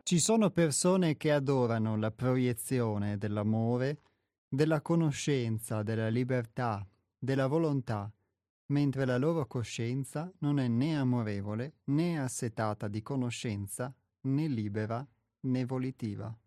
Ci sono persone che adorano la proiezione dell'amore, della conoscenza, della libertà, della volontà, mentre la loro coscienza non è né amorevole, né assetata di conoscenza, né libera, né volitiva.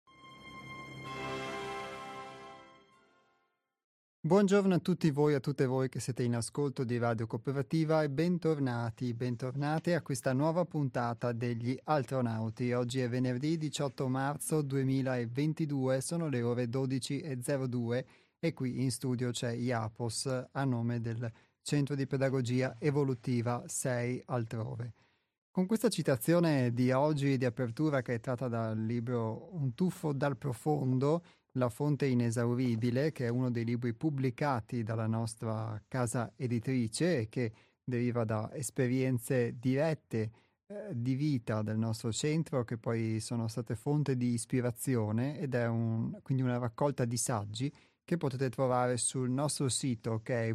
Buongiorno a tutti voi e a tutte voi che siete in ascolto di Radio Cooperativa e bentornate a questa nuova puntata degli Altronauti. Oggi è venerdì 18 marzo 2022, sono le ore 12:02 e qui in studio c'è Iapos a nome del Centro di Pedagogia Evolutiva 6 Altrove. Con questa citazione di oggi di apertura che è tratta dal libro Un tuffo dal profondo, la fonte inesauribile, che è uno dei libri pubblicati dalla nostra casa editrice e che deriva da esperienze dirette di vita del nostro centro, che poi sono state fonte di ispirazione ed è quindi una raccolta di saggi che potete trovare sul nostro sito che è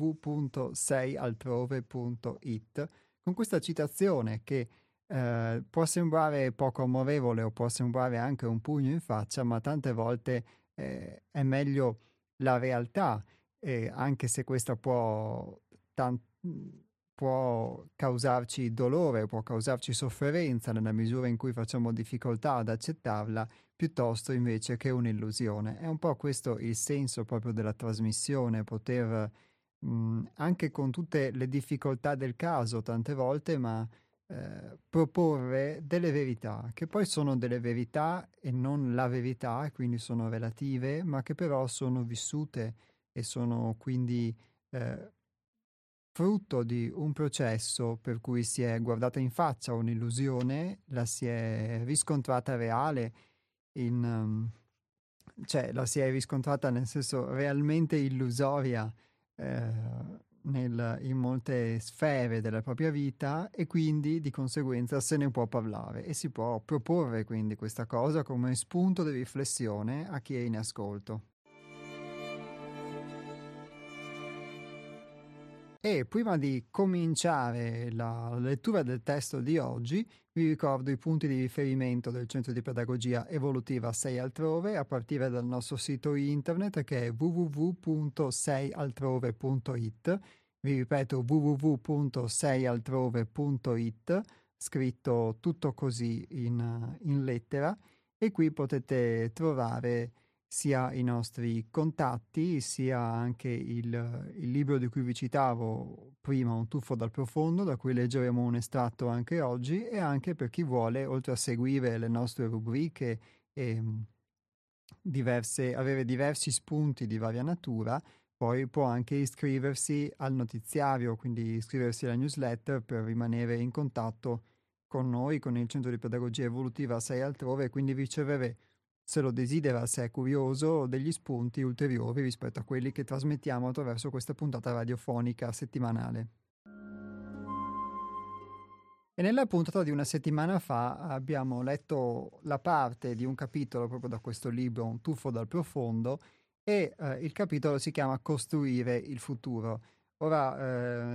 www.seialtrove.it, con questa citazione che può sembrare poco amorevole o può sembrare anche un pugno in faccia, ma tante volte è meglio la realtà, anche se questa può causarci dolore, può causarci sofferenza nella misura in cui facciamo difficoltà ad accettarla, piuttosto invece che un'illusione. È un po' questo il senso proprio della trasmissione, poter anche con tutte le difficoltà del caso tante volte, ma proporre delle verità, che poi sono delle verità e non la verità, e quindi sono relative, ma che però sono vissute e sono quindi eh, frutto di un processo per cui si è guardata in faccia un'illusione, la si è riscontrata reale, cioè la si è riscontrata nel senso realmente illusoria in molte sfere della propria vita e quindi di conseguenza se ne può parlare e si può proporre quindi questa cosa come spunto di riflessione a chi è in ascolto. E prima di cominciare la lettura del testo di oggi, vi ricordo i punti di riferimento del Centro di Pedagogia Evolutiva 6 Altrove a partire dal nostro sito internet che è www.seialtrove.it. Vi ripeto www.seialtrove.it, scritto tutto così in lettera, e qui potete trovare sia i nostri contatti, sia anche il libro di cui vi citavo prima, Un tuffo dal profondo, da cui leggeremo un estratto anche oggi, e anche per chi vuole, oltre a seguire le nostre rubriche e avere diversi spunti di varia natura, poi può anche iscriversi al notiziario, quindi iscriversi alla newsletter per rimanere in contatto con noi, con il Centro di Pedagogia Evolutiva 6 Altrove, e quindi ricevere, se lo desidera, se è curioso, degli spunti ulteriori rispetto a quelli che trasmettiamo attraverso questa puntata radiofonica settimanale. E nella puntata di una settimana fa abbiamo letto la parte di un capitolo proprio da questo libro, Un tuffo dal profondo, e il capitolo si chiama Costruire il futuro. Ora,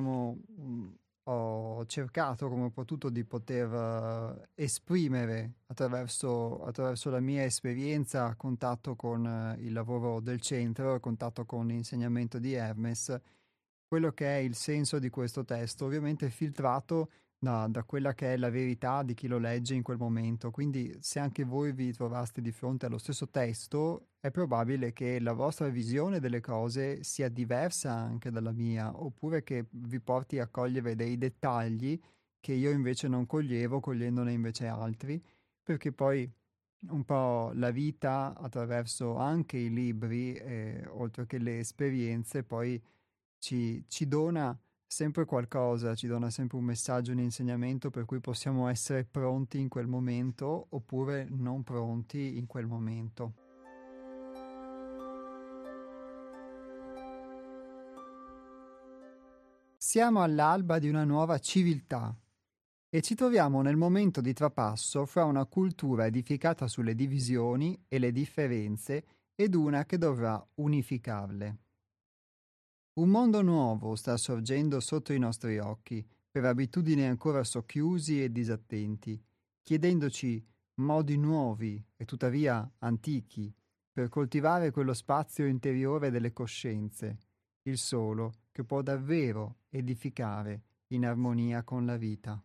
ho cercato come ho potuto di poter esprimere attraverso la mia esperienza a contatto con il lavoro del centro, a contatto con l'insegnamento di Hermes, quello che è il senso di questo testo, ovviamente filtrato da quella che è la verità di chi lo legge in quel momento. Quindi se anche voi vi trovaste di fronte allo stesso testo, è probabile che la vostra visione delle cose sia diversa anche dalla mia, oppure che vi porti a cogliere dei dettagli che io invece non coglievo, cogliendone invece altri, perché poi un po' la vita, attraverso anche i libri, oltre che le esperienze, poi ci dona sempre qualcosa, ci dona sempre un messaggio, un insegnamento per cui possiamo essere pronti in quel momento oppure non pronti in quel momento. Siamo all'alba di una nuova civiltà e ci troviamo nel momento di trapasso fra una cultura edificata sulle divisioni e le differenze ed una che dovrà unificarle. Un mondo nuovo sta sorgendo sotto i nostri occhi, per abitudini ancora socchiusi e disattenti, chiedendoci modi nuovi e tuttavia antichi per coltivare quello spazio interiore delle coscienze, il solo che può davvero edificare in armonia con la vita.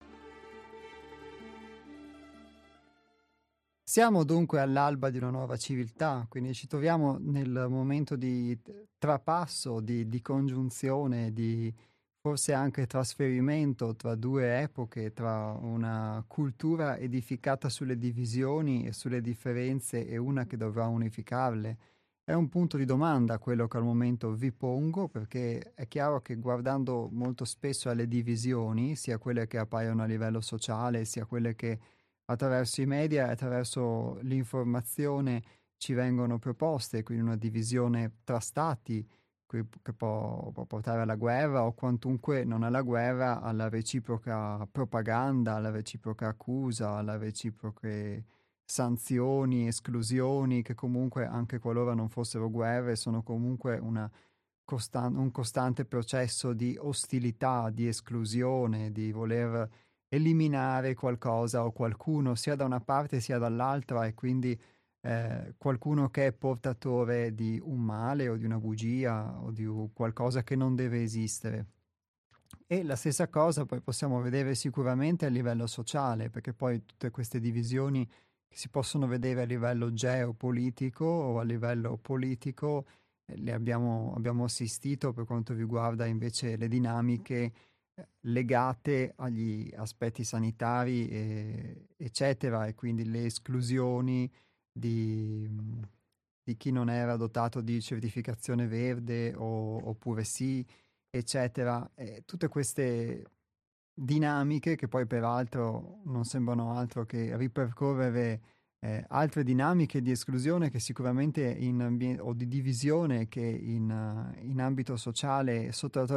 Siamo dunque all'alba di una nuova civiltà, quindi ci troviamo nel momento di trapasso, di congiunzione, di forse anche trasferimento tra due epoche, tra una cultura edificata sulle divisioni e sulle differenze e una che dovrà unificarle. È un punto di domanda quello che al momento vi pongo, perché è chiaro che guardando molto spesso alle divisioni, sia quelle che appaiono a livello sociale, sia quelle che attraverso i media e attraverso l'informazione ci vengono proposte, quindi una divisione tra stati che può portare alla guerra o quantunque non alla guerra, alla reciproca propaganda, alla reciproca accusa, alla reciproche sanzioni, esclusioni, che comunque anche qualora non fossero guerre sono comunque un costante processo di ostilità, di esclusione, di voler eliminare qualcosa o qualcuno sia da una parte sia dall'altra e quindi qualcuno che è portatore di un male o di una bugia o di qualcosa che non deve esistere. E la stessa cosa poi possiamo vedere sicuramente a livello sociale, perché poi tutte queste divisioni che si possono vedere a livello geopolitico o a livello politico, abbiamo assistito per quanto riguarda invece le dinamiche legate agli aspetti sanitari, eccetera, e quindi le esclusioni di, di chi non era dotato di certificazione verde oppure sì, eccetera. E tutte queste dinamiche che poi peraltro non sembrano altro che ripercorrere altre dinamiche di esclusione che sicuramente o di divisione che in ambito sociale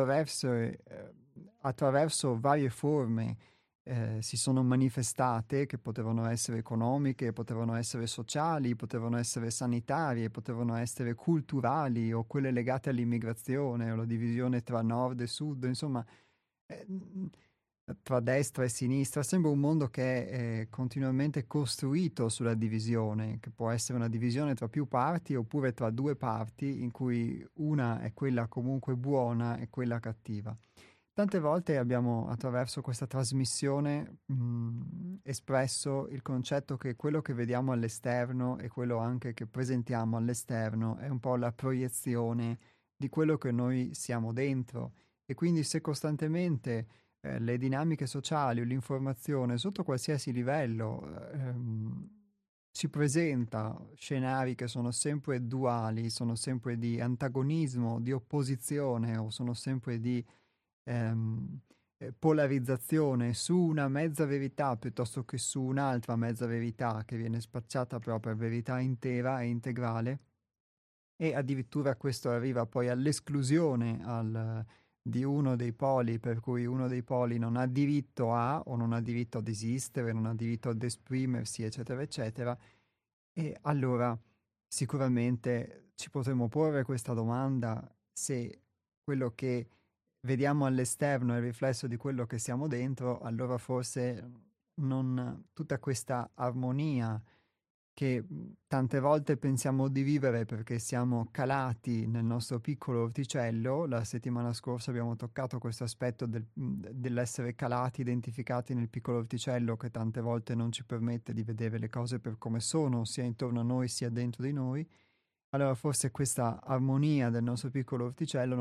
attraverso varie forme si sono manifestate, che potevano essere economiche, potevano essere sociali, potevano essere sanitarie, potevano essere culturali o quelle legate all'immigrazione o la divisione tra nord e sud, insomma, eh, tra destra e sinistra. Sembra un mondo che è continuamente costruito sulla divisione, che può essere una divisione tra più parti oppure tra due parti, in cui una è quella comunque buona e quella cattiva. Tante volte abbiamo attraverso questa trasmissione espresso il concetto che quello che vediamo all'esterno e quello anche che presentiamo all'esterno è un po' la proiezione di quello che noi siamo dentro e quindi se costantemente le dinamiche sociali o l'informazione sotto qualsiasi livello ci presenta scenari che sono sempre duali, sono sempre di antagonismo, di opposizione o sono sempre di ehm, polarizzazione su una mezza verità piuttosto che su un'altra mezza verità che viene spacciata però per verità intera e integrale e addirittura questo arriva poi all'esclusione di uno dei poli, per cui uno dei poli non ha diritto a o non ha diritto ad esistere, non ha diritto ad esprimersi, eccetera, eccetera. E allora sicuramente ci potremmo porre questa domanda se quello che vediamo all'esterno è il riflesso di quello che siamo dentro, allora forse non tutta questa armonia che tante volte pensiamo di vivere perché siamo calati nel nostro piccolo orticello. La settimana scorsa abbiamo toccato questo aspetto dell'essere calati, identificati nel piccolo orticello che tante volte non ci permette di vedere le cose per come sono, sia intorno a noi sia dentro di noi. Allora forse questa armonia del nostro piccolo orticello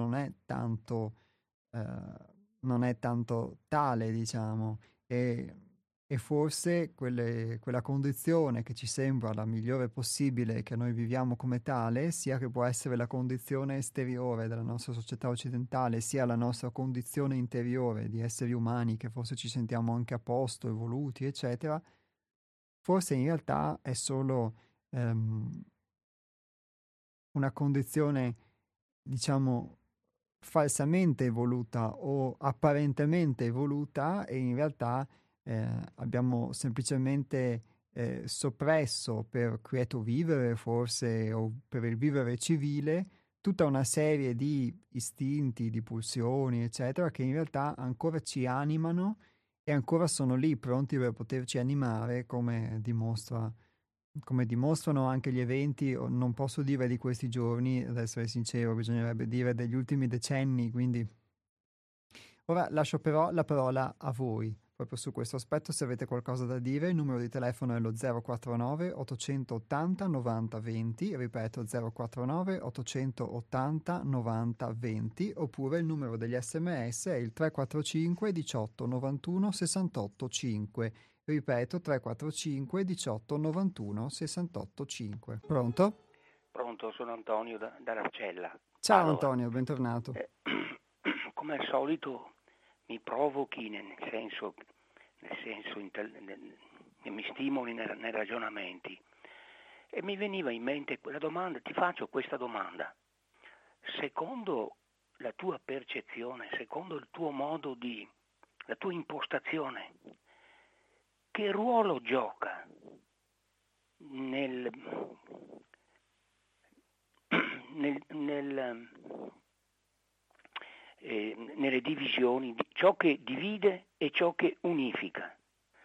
non è tanto tale, diciamo, e forse quella condizione che ci sembra la migliore possibile e che noi viviamo come tale, sia che può essere la condizione esteriore della nostra società occidentale, sia la nostra condizione interiore di esseri umani che forse ci sentiamo anche a posto, evoluti, eccetera, forse in realtà è solo ehm, una condizione, diciamo, falsamente evoluta o apparentemente evoluta e in realtà abbiamo semplicemente soppresso per quieto vivere forse o per il vivere civile tutta una serie di istinti, di pulsioni, eccetera, che in realtà ancora ci animano e ancora sono lì pronti per poterci animare, come dimostrano anche gli eventi, non posso dire di questi giorni, ad essere sincero, bisognerebbe dire degli ultimi decenni, quindi ora lascio però la parola a voi. Proprio su questo aspetto, se avete qualcosa da dire, il numero di telefono è lo 049 880 90 20, ripeto 049 880 90 20, oppure il numero degli SMS è il 345 18 91 68 5. Ripeto 345 18 91 68 5. Pronto? Pronto, sono Antonio da Larcella, Ciao Padova. Antonio, bentornato. Come al solito mi provochi che mi stimoli nei ragionamenti. E mi veniva in mente quella domanda, ti faccio questa domanda. Secondo la tua percezione, secondo il tuo la tua impostazione, che ruolo gioca nel, nelle divisioni, ciò che divide e ciò che unifica?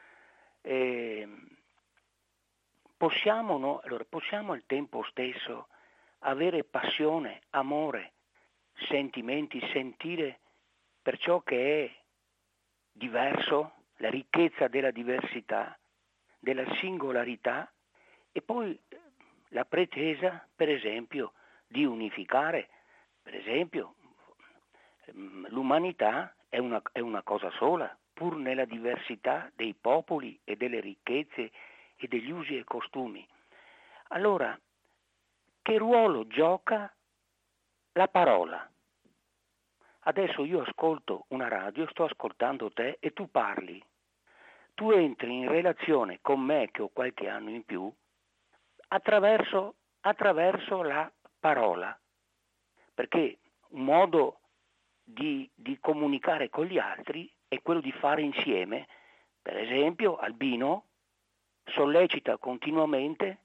Possiamo al tempo stesso avere passione, amore, sentimenti, sentire per ciò che è diverso, la ricchezza della diversità, della singolarità, e poi la pretesa, per esempio, di unificare. Per esempio, l'umanità è una cosa sola, pur nella diversità dei popoli e delle ricchezze e degli usi e costumi. Allora, che ruolo gioca la parola? Adesso io ascolto una radio, sto ascoltando te e tu parli. Tu entri in relazione con me che ho qualche anno in più attraverso la parola, perché un modo di comunicare con gli altri è quello di fare insieme. Per esempio, Albino sollecita continuamente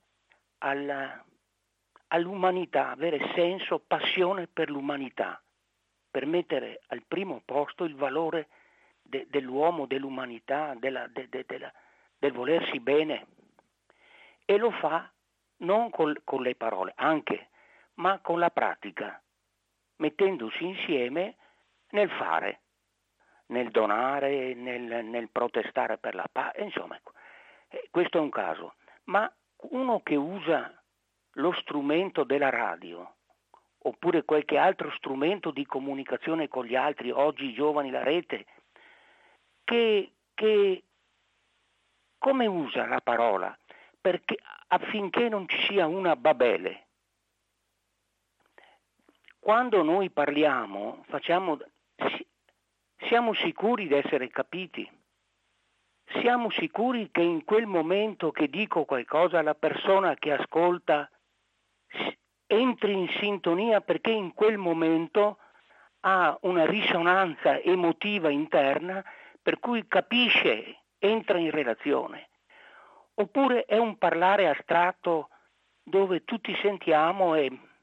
all'umanità, avere senso, passione per l'umanità, per mettere al primo posto il valore dell'uomo, dell'umanità, del volersi bene. E lo fa non con le parole, anche, ma con la pratica, mettendosi insieme nel fare, nel donare, nel protestare per la pace, insomma, questo è un caso. Ma uno che usa lo strumento della radio, oppure qualche altro strumento di comunicazione con gli altri, oggi i giovani la rete, che come usa la parola? Perché affinché non ci sia una Babele. Quando noi parliamo, siamo sicuri di essere capiti? Siamo sicuri che in quel momento che dico qualcosa la persona che ascolta entri in sintonia, perché in quel momento ha una risonanza emotiva interna per cui capisce, entra in relazione? Oppure è un parlare astratto dove tutti sentiamo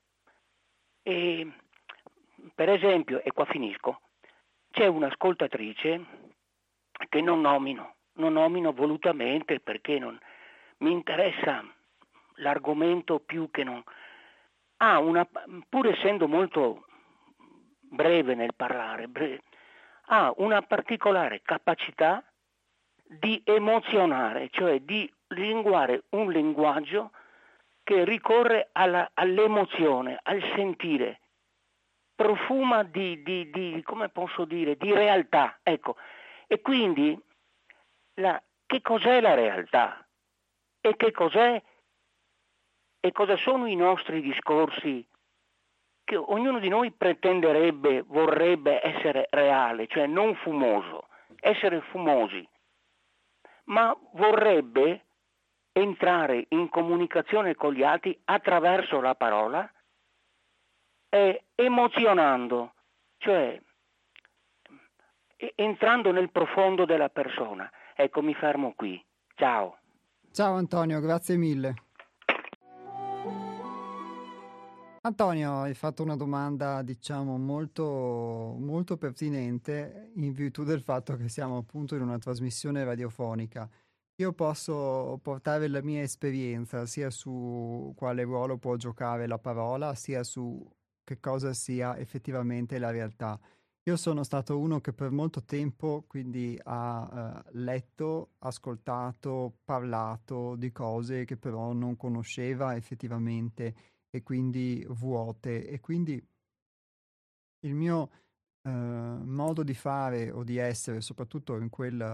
e per esempio, e qua finisco, c'è un'ascoltatrice che non nomino volutamente perché non mi interessa l'argomento più che non. Pur essendo molto breve nel parlare, ha una particolare capacità di emozionare, cioè di linguare un linguaggio che ricorre all'emozione, al sentire, profuma come posso dire, di realtà, ecco. E quindi che cos'è la realtà? E che cos'è e cosa sono i nostri discorsi che ognuno di noi vorrebbe essere reale, cioè non fumoso, essere fumosi, ma vorrebbe entrare in comunicazione con gli altri attraverso la parola e emozionando, cioè entrando nel profondo della persona. Ecco, mi fermo qui. Ciao. Ciao Antonio, grazie mille. Antonio, hai fatto una domanda, diciamo, molto, molto pertinente in virtù del fatto che siamo appunto in una trasmissione radiofonica. Io posso portare la mia esperienza sia su quale ruolo può giocare la parola, sia su che cosa sia effettivamente la realtà. Io sono stato uno che per molto tempo quindi ha letto, ascoltato, parlato di cose che però non conosceva effettivamente e quindi vuote. E quindi il mio modo di fare o di essere, soprattutto in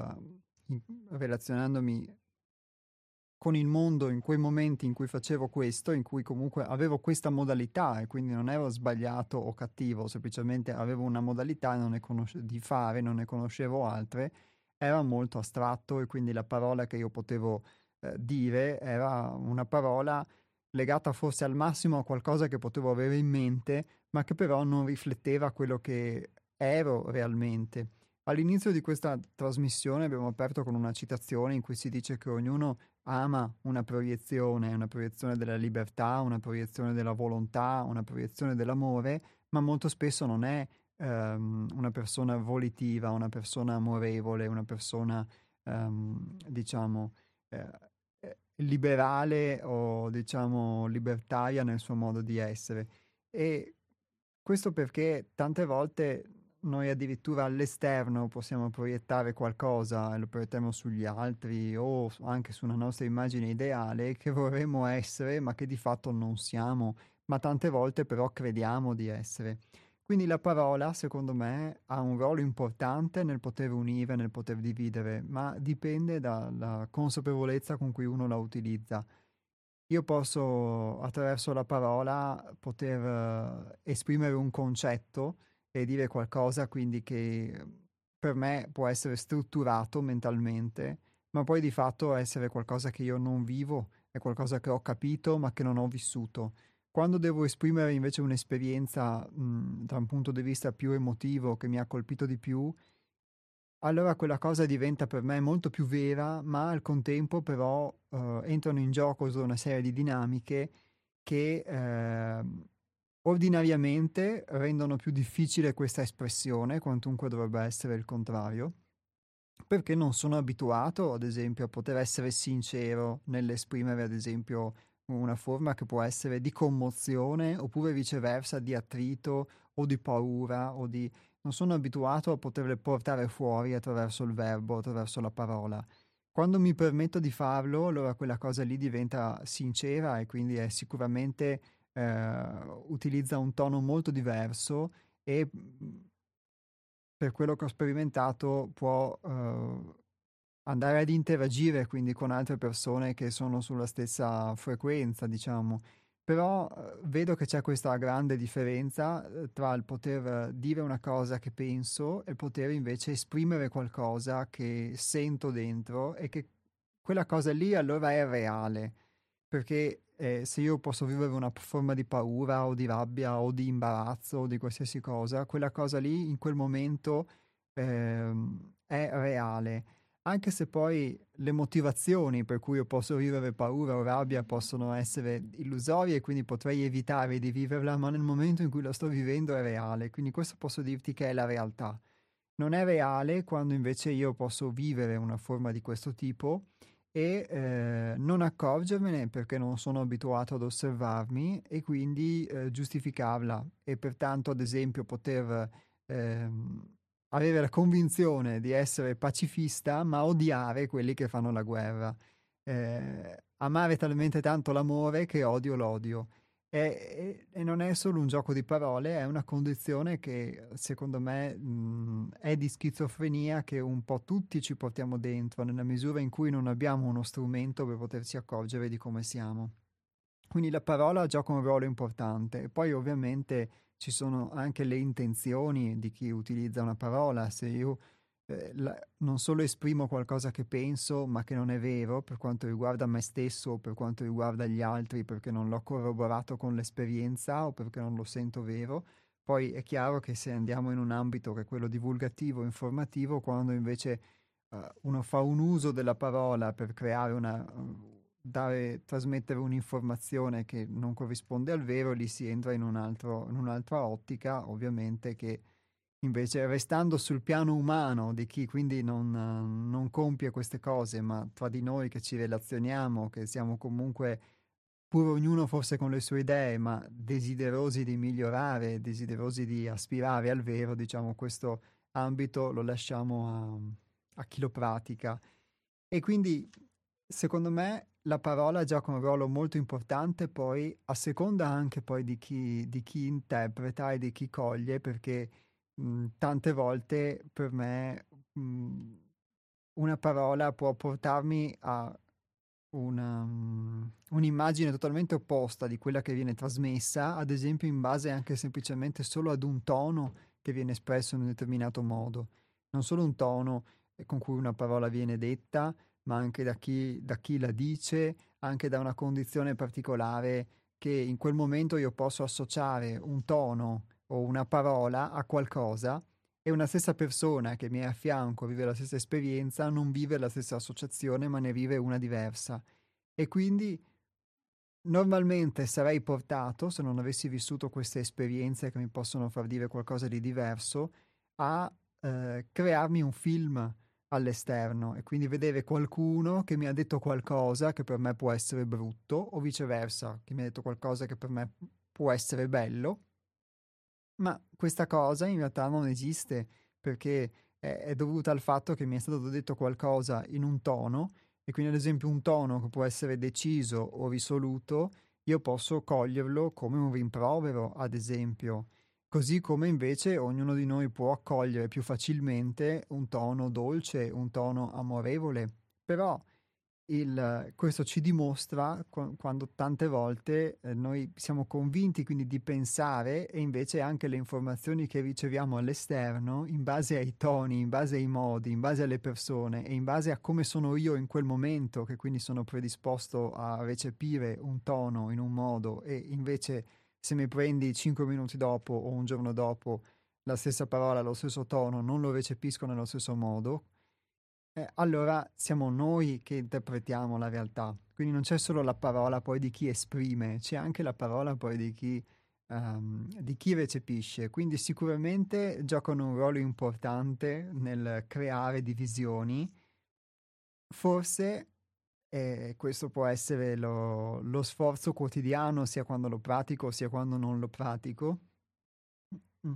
relazionandomi con il mondo in quei momenti in cui facevo questo, in cui comunque avevo questa modalità e quindi non ero sbagliato o cattivo, semplicemente avevo una modalità e di fare, non ne conoscevo altre, era molto astratto e quindi la parola che io potevo dire era una parola legata forse al massimo a qualcosa che potevo avere in mente, ma che però non rifletteva quello che ero realmente. All'inizio di questa trasmissione abbiamo aperto con una citazione in cui si dice che ognuno ama una proiezione della libertà, una proiezione della volontà, una proiezione dell'amore, ma molto spesso non è una persona volitiva, una persona amorevole, una persona, diciamo, eh, liberale o diciamo libertaria nel suo modo di essere. E questo perché tante volte noi addirittura all'esterno possiamo proiettare qualcosa e lo proiettiamo sugli altri o anche su una nostra immagine ideale che vorremmo essere, ma che di fatto non siamo, ma tante volte però crediamo di essere. Quindi la parola, secondo me, ha un ruolo importante nel poter unire, nel poter dividere, ma dipende dalla consapevolezza con cui uno la utilizza. Io posso, attraverso la parola, poter esprimere un concetto e dire qualcosa quindi che per me può essere strutturato mentalmente, ma poi di fatto essere qualcosa che io non vivo, è qualcosa che ho capito ma che non ho vissuto. Quando devo esprimere invece un'esperienza, da un punto di vista più emotivo che mi ha colpito di più, allora quella cosa diventa per me molto più vera, ma al contempo però entrano in gioco tutta una serie di dinamiche che ordinariamente rendono più difficile questa espressione, quantunque dovrebbe essere il contrario, perché non sono abituato, ad esempio, a poter essere sincero nell'esprimere, ad esempio, una forma che può essere di commozione oppure viceversa di attrito o di paura o di... Non sono abituato a poterle portare fuori attraverso il verbo, attraverso la parola. Quando mi permetto di farlo, allora quella cosa lì diventa sincera e quindi è sicuramente utilizza un tono molto diverso e per quello che ho sperimentato può andare ad interagire quindi con altre persone che sono sulla stessa frequenza, diciamo. Però vedo che c'è questa grande differenza tra il poter dire una cosa che penso e il poter invece esprimere qualcosa che sento dentro e che quella cosa lì allora è reale. Perché se io posso vivere una forma di paura o di rabbia o di imbarazzo o di qualsiasi cosa, quella cosa lì in quel momento è reale. Anche se poi le motivazioni per cui io posso vivere paura o rabbia possono essere illusorie e quindi potrei evitare di viverla, ma nel momento in cui la sto vivendo è reale. Quindi questo posso dirti che è la realtà. Non è reale quando invece io posso vivere una forma di questo tipo e non accorgermene perché non sono abituato ad osservarmi e quindi giustificarla e pertanto ad esempio poter ehm, avere la convinzione di essere pacifista ma odiare quelli che fanno la guerra. Amare talmente tanto l'amore che odio l'odio. E non è solo un gioco di parole, è una condizione che secondo me è di schizofrenia che un po' tutti ci portiamo dentro, nella misura in cui non abbiamo uno strumento per poterci accorgere di come siamo. Quindi la parola gioca un ruolo importante e poi ovviamente ci sono anche le intenzioni di chi utilizza una parola. Se io non solo esprimo qualcosa che penso, ma che non è vero per quanto riguarda me stesso o per quanto riguarda gli altri, perché non l'ho corroborato con l'esperienza o perché non lo sento vero. Poi è chiaro che se andiamo in un ambito che è quello divulgativo, informativo, quando invece uno fa un uso della parola per creare trasmettere un'informazione che non corrisponde al vero, lì si entra in un'altra ottica, ovviamente, che invece restando sul piano umano di chi quindi non compie queste cose, ma tra di noi che ci relazioniamo, che siamo comunque, pur ognuno forse con le sue idee, ma desiderosi di migliorare, desiderosi di aspirare al vero, diciamo, questo ambito lo lasciamo a chi lo pratica. E quindi, secondo me, la parola gioca un ruolo molto importante poi, a seconda anche poi di chi interpreta e di chi coglie, perché tante volte per me una parola può portarmi a un'immagine totalmente opposta di quella che viene trasmessa, ad esempio in base anche semplicemente solo ad un tono che viene espresso in un determinato modo. Non solo un tono con cui una parola viene detta, ma anche da chi la dice, anche da una condizione particolare che in quel momento io posso associare un tono o una parola a qualcosa e una stessa persona che mi è a fianco, vive la stessa esperienza, non vive la stessa associazione, ma ne vive una diversa. E quindi normalmente sarei portato, se non avessi vissuto queste esperienze che mi possono far dire qualcosa di diverso, a crearmi un film all'esterno e quindi vedere qualcuno che mi ha detto qualcosa che per me può essere brutto o viceversa, che mi ha detto qualcosa che per me può essere bello, ma questa cosa in realtà non esiste perché è dovuta al fatto che mi è stato detto qualcosa in un tono e quindi ad esempio un tono che può essere deciso o risoluto, io posso coglierlo come un rimprovero, ad esempio, così come invece ognuno di noi può accogliere più facilmente un tono dolce, un tono amorevole. Però questo ci dimostra quando tante volte noi siamo convinti quindi di pensare e invece anche le informazioni che riceviamo all'esterno, in base ai toni, in base ai modi, in base alle persone e in base a come sono io in quel momento, che quindi sono predisposto a recepire un tono in un modo e invece se mi prendi 5 minuti dopo o un giorno dopo la stessa parola, lo stesso tono, non lo recepisco nello stesso modo, allora siamo noi che interpretiamo la realtà. Quindi non c'è solo la parola poi di chi esprime, c'è anche la parola poi di chi recepisce. Quindi sicuramente giocano un ruolo importante nel creare divisioni. Forse questo può essere lo sforzo quotidiano, sia quando lo pratico, sia quando non lo pratico. Mm.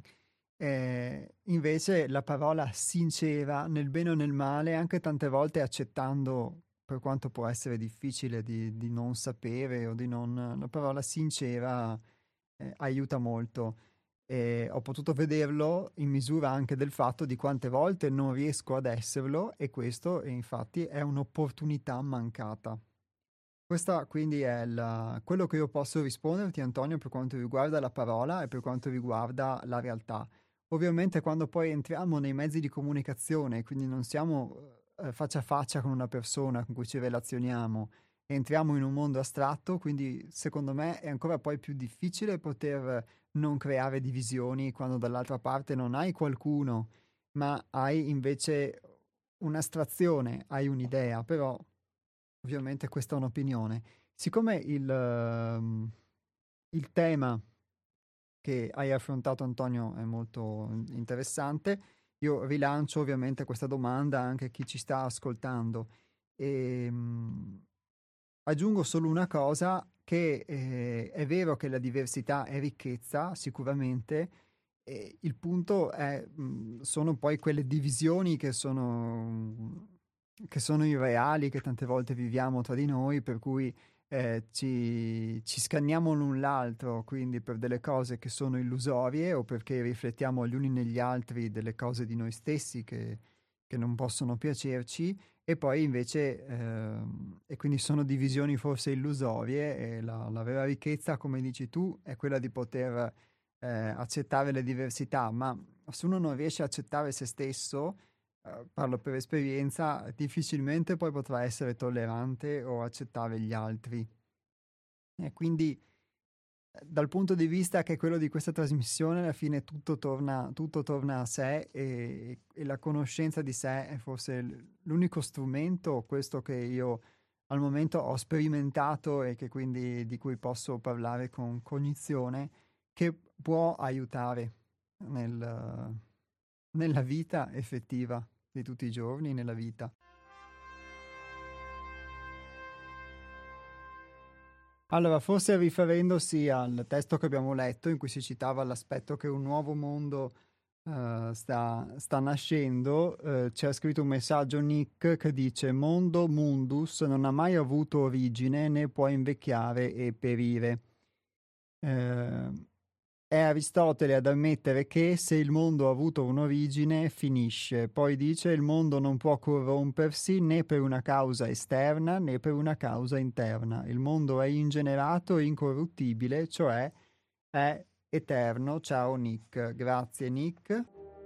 Invece la parola sincera, nel bene o nel male, anche tante volte accettando, per quanto può essere difficile di non sapere o di non... La parola sincera aiuta molto. E ho potuto vederlo in misura anche del fatto di quante volte non riesco ad esserlo e questo infatti è un'opportunità mancata. Questa quindi è quello che io posso risponderti, Antonio, per quanto riguarda la parola e per quanto riguarda la realtà. Ovviamente quando poi entriamo nei mezzi di comunicazione, quindi non siamo faccia a faccia con una persona con cui ci relazioniamo, entriamo in un mondo astratto, quindi secondo me è ancora poi più difficile poter non creare divisioni quando dall'altra parte non hai qualcuno, ma hai invece un'astrazione, hai un'idea, però ovviamente questa è un'opinione. Siccome il tema che hai affrontato, Antonio, è molto interessante, io rilancio ovviamente questa domanda anche a chi ci sta ascoltando. E, aggiungo solo una cosa, che è vero che la diversità è ricchezza, sicuramente, e il punto è, sono poi quelle divisioni che sono irreali, che tante volte viviamo tra di noi, per cui ci scanniamo l'un l'altro, quindi per delle cose che sono illusorie o perché riflettiamo gli uni negli altri delle cose di noi stessi che non possono piacerci e poi invece, e quindi sono divisioni forse illusorie e la vera ricchezza, come dici tu, è quella di poter accettare le diversità, ma se uno non riesce a accettare se stesso, parlo per esperienza, difficilmente poi potrà essere tollerante o accettare gli altri. E quindi dal punto di vista che è quello di questa trasmissione, alla fine tutto torna a sé e la conoscenza di sé è forse l'unico strumento, questo che io al momento ho sperimentato e che quindi di cui posso parlare con cognizione, che può aiutare nella vita effettiva di tutti i giorni, nella vita. Allora, forse riferendosi al testo che abbiamo letto, in cui si citava l'aspetto che un nuovo mondo sta nascendo, c'è scritto un messaggio Nick che dice: Mondo mundus non ha mai avuto origine né può invecchiare e perire. Eh, è Aristotele ad ammettere che se il mondo ha avuto un'origine finisce, poi dice il mondo non può corrompersi né per una causa esterna né per una causa interna. Il mondo è ingenerato e incorruttibile, cioè è eterno. Ciao Nick, grazie Nick.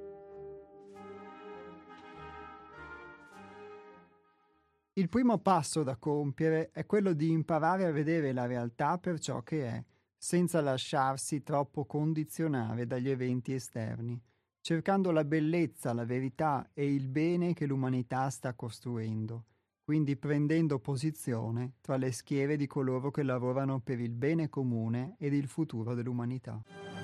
Il primo passo da compiere è quello di imparare a vedere la realtà per ciò che è, senza lasciarsi troppo condizionare dagli eventi esterni, cercando la bellezza, la verità e il bene che l'umanità sta costruendo, quindi prendendo posizione tra le schiere di coloro che lavorano per il bene comune ed il futuro dell'umanità.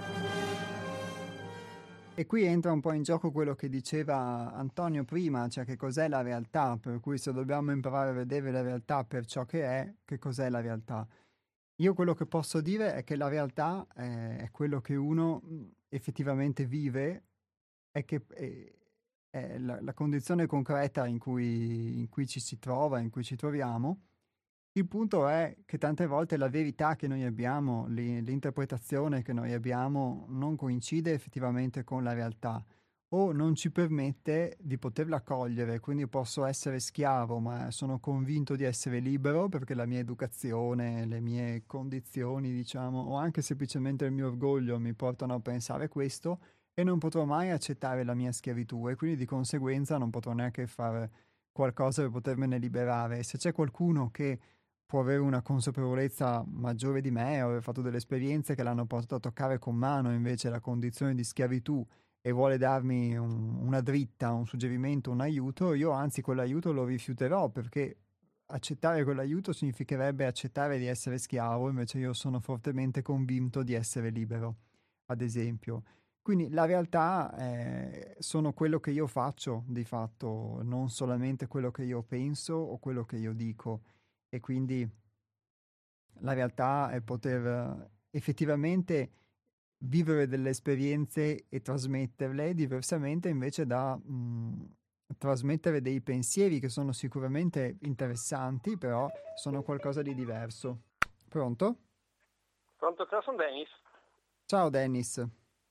E qui entra un po' in gioco quello che diceva Antonio prima, cioè che cos'è la realtà, per cui se dobbiamo imparare a vedere la realtà per ciò che cos'è la realtà? Io quello che posso dire è che la realtà è quello che uno effettivamente vive, è che è la condizione concreta in cui ci si trova, in cui ci troviamo. Il punto è che tante volte la verità che noi abbiamo, l'interpretazione che noi abbiamo non coincide effettivamente con la realtà o non ci permette di poterla cogliere, quindi posso essere schiavo, ma sono convinto di essere libero perché la mia educazione, le mie condizioni, diciamo, o anche semplicemente il mio orgoglio mi portano a pensare questo e non potrò mai accettare la mia schiavitù e quindi di conseguenza non potrò neanche fare qualcosa per potermene liberare. Se c'è qualcuno che può avere una consapevolezza maggiore di me o aver fatto delle esperienze che l'hanno portato a toccare con mano invece la condizione di schiavitù e vuole darmi una dritta, un suggerimento, un aiuto, io anzi quell'aiuto lo rifiuterò perché accettare quell'aiuto significherebbe accettare di essere schiavo, invece io sono fortemente convinto di essere libero, ad esempio. Quindi la realtà sono quello che io faccio di fatto, non solamente quello che io penso o quello che io dico. E quindi la realtà è poter effettivamente vivere delle esperienze e trasmetterle, diversamente invece da trasmettere dei pensieri che sono sicuramente interessanti, però sono qualcosa di diverso. Pronto? Pronto, ciao, sono Dennis. Ciao Dennis,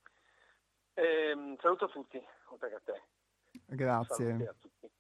Saluto a tutti, oltre che a te. grazie. Salute a tutti.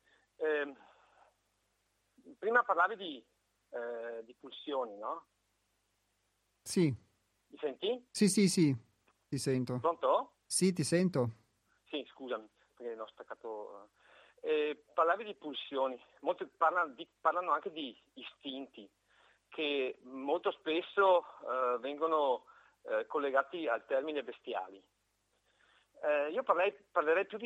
Prima parlavi di pulsioni, no? Sì, Mi senti? sì, ti sento. Pronto? Sì, ti sento. Sì, scusami, perché l'ho staccato. Parlavi di pulsioni, molti parlano anche di istinti, che molto spesso vengono collegati al termine bestiali. Io parlerei più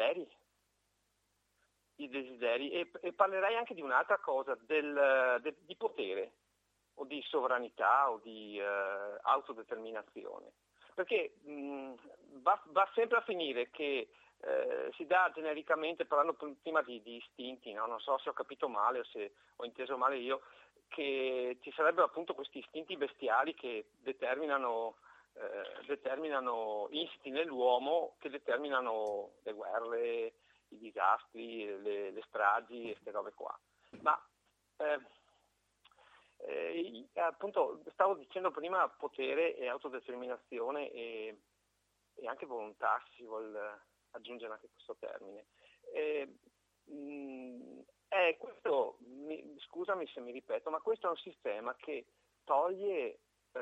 di desideri e parlerei anche di un'altra cosa, di potere o di sovranità o di autodeterminazione. Perché va sempre a finire che si dà genericamente, parlando prima di istinti, no? Non so se ho capito male o se ho inteso male io, che ci sarebbero appunto questi istinti bestiali che determinano insiti nell'uomo che determinano le guerre, i disastri, le stragi e queste robe qua. Ma appunto stavo dicendo prima potere e autodeterminazione e anche volontà, se si vuole aggiungere anche questo termine. Questo, scusami se mi ripeto, ma questo è un sistema che toglie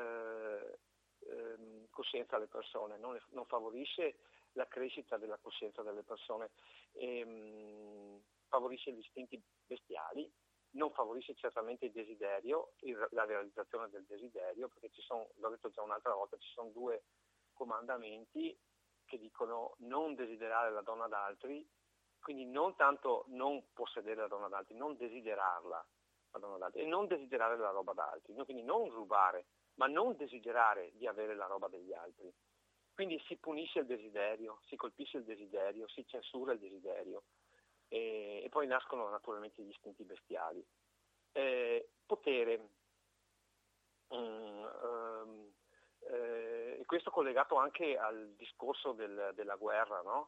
coscienza alle persone, non favorisce la crescita della coscienza delle persone, favorisce gli istinti bestiali, non favorisce certamente il desiderio, la realizzazione del desiderio, perché l'ho detto già un'altra volta, ci sono 2 comandamenti che dicono non desiderare la donna d'altri, quindi non tanto non possedere la donna d'altri, non desiderarla, vanno ad altri, e non desiderare la roba da altri, quindi non rubare, ma non desiderare di avere la roba degli altri. Quindi si punisce il desiderio, si colpisce il desiderio, si censura il desiderio e poi nascono naturalmente gli istinti bestiali. Potere, e questo collegato anche al discorso della guerra, no?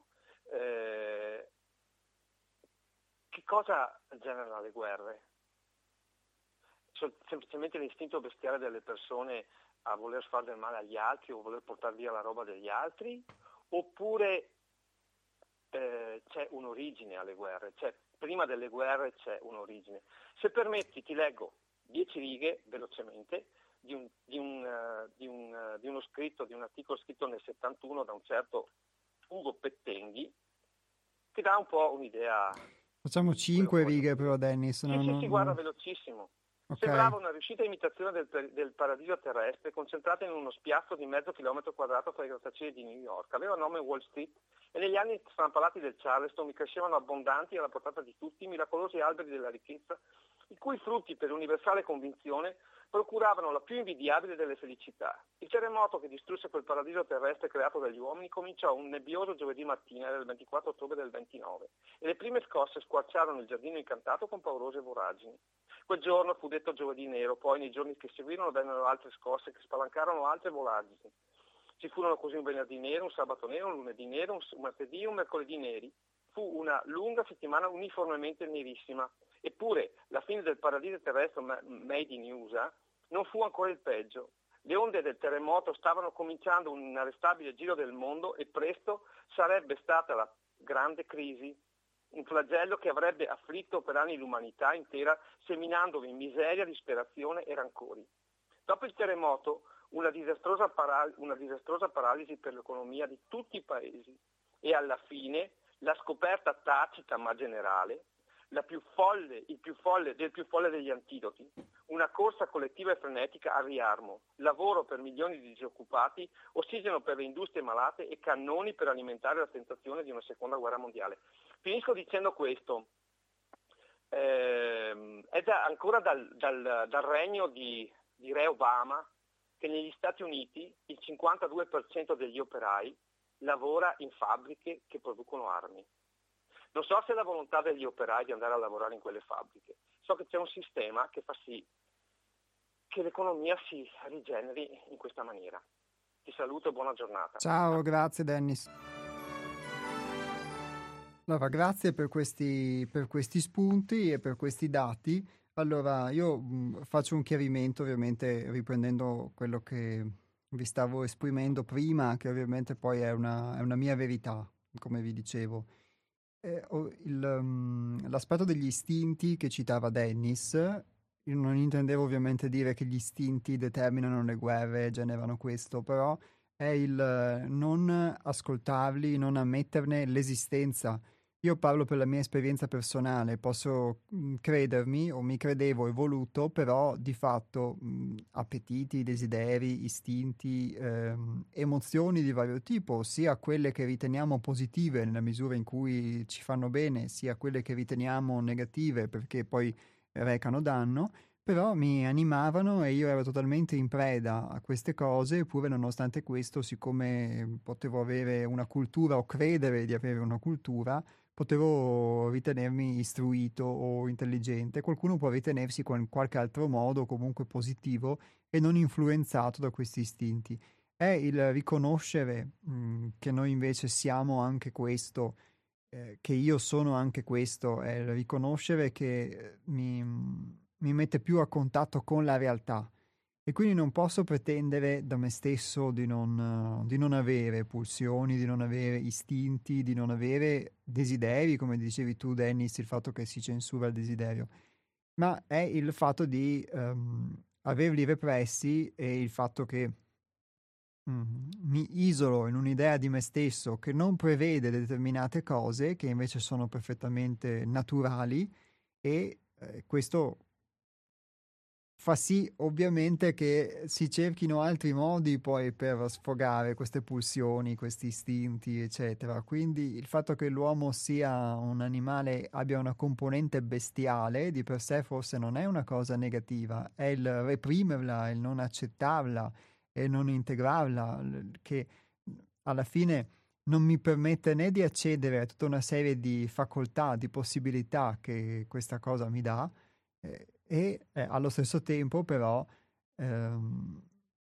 Che cosa genera le guerre? Semplicemente l'istinto bestiale delle persone a voler fare del male agli altri o voler portare via la roba degli altri, oppure c'è un'origine alle guerre, prima delle guerre c'è un'origine. Se permetti ti leggo 10 righe velocemente di uno scritto, di un articolo scritto nel 71 da un certo Ugo Pettenghi, che dà un po' un'idea. Facciamo 5 righe però, Dennis. Sì, guarda, velocissimo. Okay. Sembrava una riuscita imitazione del paradiso terrestre concentrata in uno spiazzo di mezzo chilometro quadrato tra i grattacieli di New York. Aveva nome Wall Street e negli anni strampalati del Charleston mi crescevano abbondanti alla portata di tutti miracolosi alberi della ricchezza, i cui frutti, per universale convinzione, procuravano la più invidiabile delle felicità. Il terremoto che distrusse quel paradiso terrestre creato dagli uomini cominciò un nebbioso giovedì mattina del 24 ottobre del 29 e le prime scosse squarciarono il giardino incantato con paurose voragini. Quel giorno fu detto giovedì nero, poi nei giorni che seguirono vennero altre scosse che spalancarono altre voragini. Ci furono così un venerdì nero, un sabato nero, un lunedì nero, un martedì e un mercoledì neri. Fu una lunga settimana uniformemente nerissima. Eppure la fine del paradiso terrestre made in USA non fu ancora il peggio. Le onde del terremoto stavano cominciando un inarrestabile giro del mondo e presto sarebbe stata la grande crisi, un flagello che avrebbe afflitto per anni l'umanità intera, seminandovi in miseria, disperazione e rancori. Dopo il terremoto, una disastrosa paralisi per l'economia di tutti i paesi e alla fine la scoperta tacita ma generale, del più folle degli antidoti, una corsa collettiva e frenetica al riarmo, lavoro per milioni di disoccupati, ossigeno per le industrie malate e cannoni per alimentare la tentazione di una seconda guerra mondiale. Finisco dicendo questo, è ancora dal regno di Re Obama che negli Stati Uniti il 52% degli operai lavora in fabbriche che producono armi. Non so se è la volontà degli operai di andare a lavorare in quelle fabbriche, so che c'è un sistema che fa sì che l'economia si rigeneri in questa maniera. Ti saluto e buona giornata. Ciao, grazie Dennis. Allora, grazie per questi spunti e per questi dati. Allora, io faccio un chiarimento, ovviamente riprendendo quello che vi stavo esprimendo prima, che ovviamente poi è una mia verità, come vi dicevo. L'aspetto degli istinti che citava Dennis, io non intendevo ovviamente dire che gli istinti determinano le guerre, generano questo, però è il non ascoltarli, non ammetterne l'esistenza. Io parlo per la mia esperienza personale, posso credermi o mi credevo evoluto, però di fatto appetiti, desideri, istinti, emozioni di vario tipo, sia quelle che riteniamo positive nella misura in cui ci fanno bene, sia quelle che riteniamo negative perché poi recano danno, però mi animavano e io ero totalmente in preda a queste cose, eppure nonostante questo, siccome potevo avere una cultura o credere di avere una cultura, potevo ritenermi istruito o intelligente, qualcuno può ritenersi in qualche altro modo comunque positivo e non influenzato da questi istinti. È il riconoscere che noi invece siamo anche questo, che io sono anche questo, è il riconoscere che mi mette più a contatto con la realtà. E quindi non posso pretendere da me stesso di non avere pulsioni, di non avere istinti, di non avere desideri, come dicevi tu, Dennis, il fatto che si censura il desiderio, ma è il fatto di averli repressi e il fatto che mi isolo in un'idea di me stesso che non prevede determinate cose che invece sono perfettamente naturali e questo fa sì ovviamente che si cerchino altri modi poi per sfogare queste pulsioni, questi istinti, eccetera. Quindi il fatto che l'uomo sia un animale, abbia una componente bestiale, di per sé forse non è una cosa negativa, è il reprimerla, il non accettarla e non integrarla, che alla fine non mi permette né di accedere a tutta una serie di facoltà, di possibilità che questa cosa mi dà, allo stesso tempo però ehm,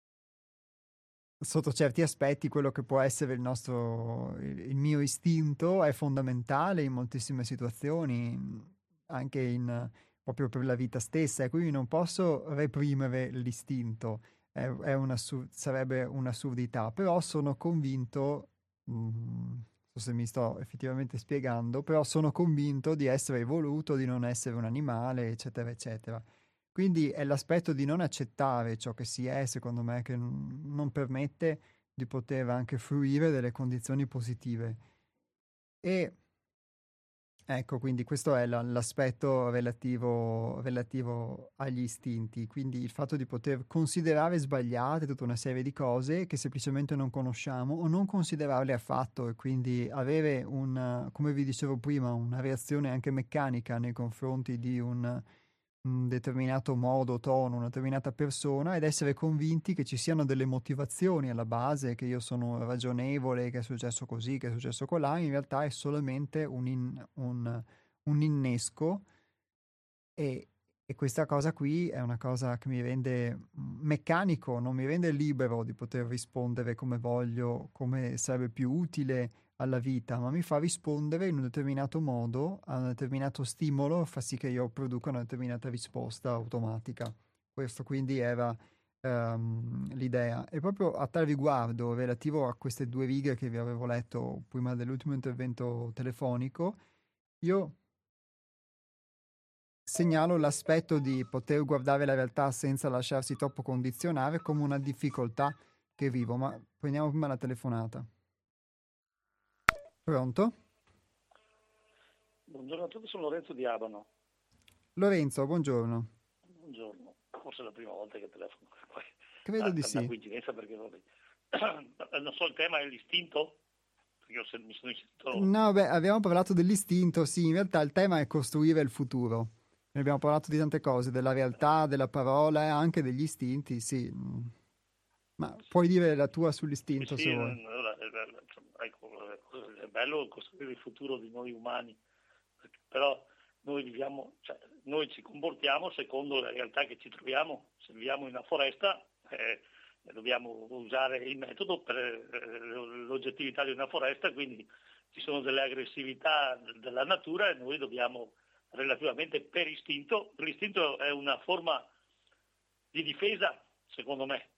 sotto certi aspetti quello che può essere il mio istinto è fondamentale in moltissime situazioni, anche proprio per la vita stessa, e quindi non posso reprimere l'istinto, sarebbe un'assurdità, però sono convinto, non so se mi sto effettivamente spiegando, però sono convinto di essere evoluto, di non essere un animale, eccetera, eccetera. Quindi è l'aspetto di non accettare ciò che si è, secondo me, che non permette di poter anche fruire delle condizioni positive. E ecco, quindi questo è l'aspetto relativo agli istinti, quindi il fatto di poter considerare sbagliate tutta una serie di cose che semplicemente non conosciamo o non considerarle affatto e quindi avere come vi dicevo prima, una reazione anche meccanica nei confronti di un determinato modo, tono, una determinata persona ed essere convinti che ci siano delle motivazioni alla base, che io sono ragionevole, che è successo così, che è successo colà, in realtà è solamente un innesco e, e questa cosa qui è una cosa che mi rende meccanico, non mi rende libero di poter rispondere come voglio, come sarebbe più utile alla vita, ma mi fa rispondere in un determinato modo a un determinato stimolo, fa sì che io produca una determinata risposta automatica. Questo quindi era l'idea. E proprio a tal riguardo, relativo a queste due righe che vi avevo letto prima dell'ultimo intervento telefonico, io segnalo l'aspetto di poter guardare la realtà senza lasciarsi troppo condizionare come una difficoltà che vivo, ma prendiamo prima la telefonata. Pronto? Buongiorno a tutti, sono Lorenzo di Abano. Lorenzo, buongiorno. Buongiorno, forse è la prima volta che telefono. Credo di Per una sì. coincidenza perché non so, il tema è l'istinto, perché mi sono sentito... No, beh, abbiamo parlato dell'istinto, sì, in realtà il tema è costruire il futuro. Ne abbiamo parlato di tante cose, della realtà, della parola e anche degli istinti, sì. Ma puoi dire la tua sull'istinto se Sì, vuoi. allora, è bello costruire il futuro di noi umani, però noi viviamo, cioè, noi ci comportiamo secondo la realtà che ci troviamo. Se viviamo in una foresta dobbiamo usare il metodo per l'oggettività di una foresta, quindi ci sono delle aggressività della natura e noi dobbiamo relativamente per istinto. L'istinto è una forma di difesa, secondo me,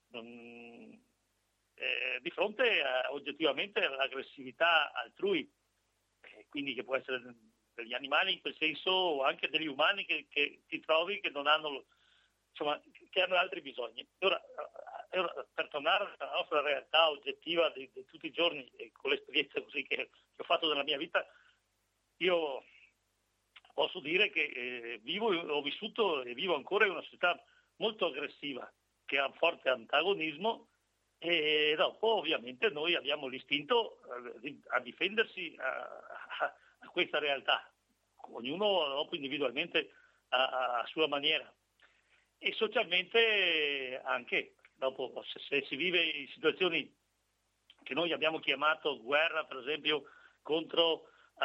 di fronte oggettivamente all'aggressività altrui, quindi che può essere degli animali in quel senso o anche degli umani che ti trovi che non hanno, insomma, che hanno altri bisogni. Ora, per tornare alla nostra realtà oggettiva di tutti i giorni e con l'esperienza così che ho fatto nella mia vita, io posso dire che ho vissuto e vivo ancora in una società molto aggressiva, che ha un forte antagonismo, e dopo ovviamente noi abbiamo l'istinto a difendersi a questa realtà, ognuno dopo individualmente a sua maniera. E socialmente anche, dopo se si vive in situazioni che noi abbiamo chiamato guerra, per esempio, contro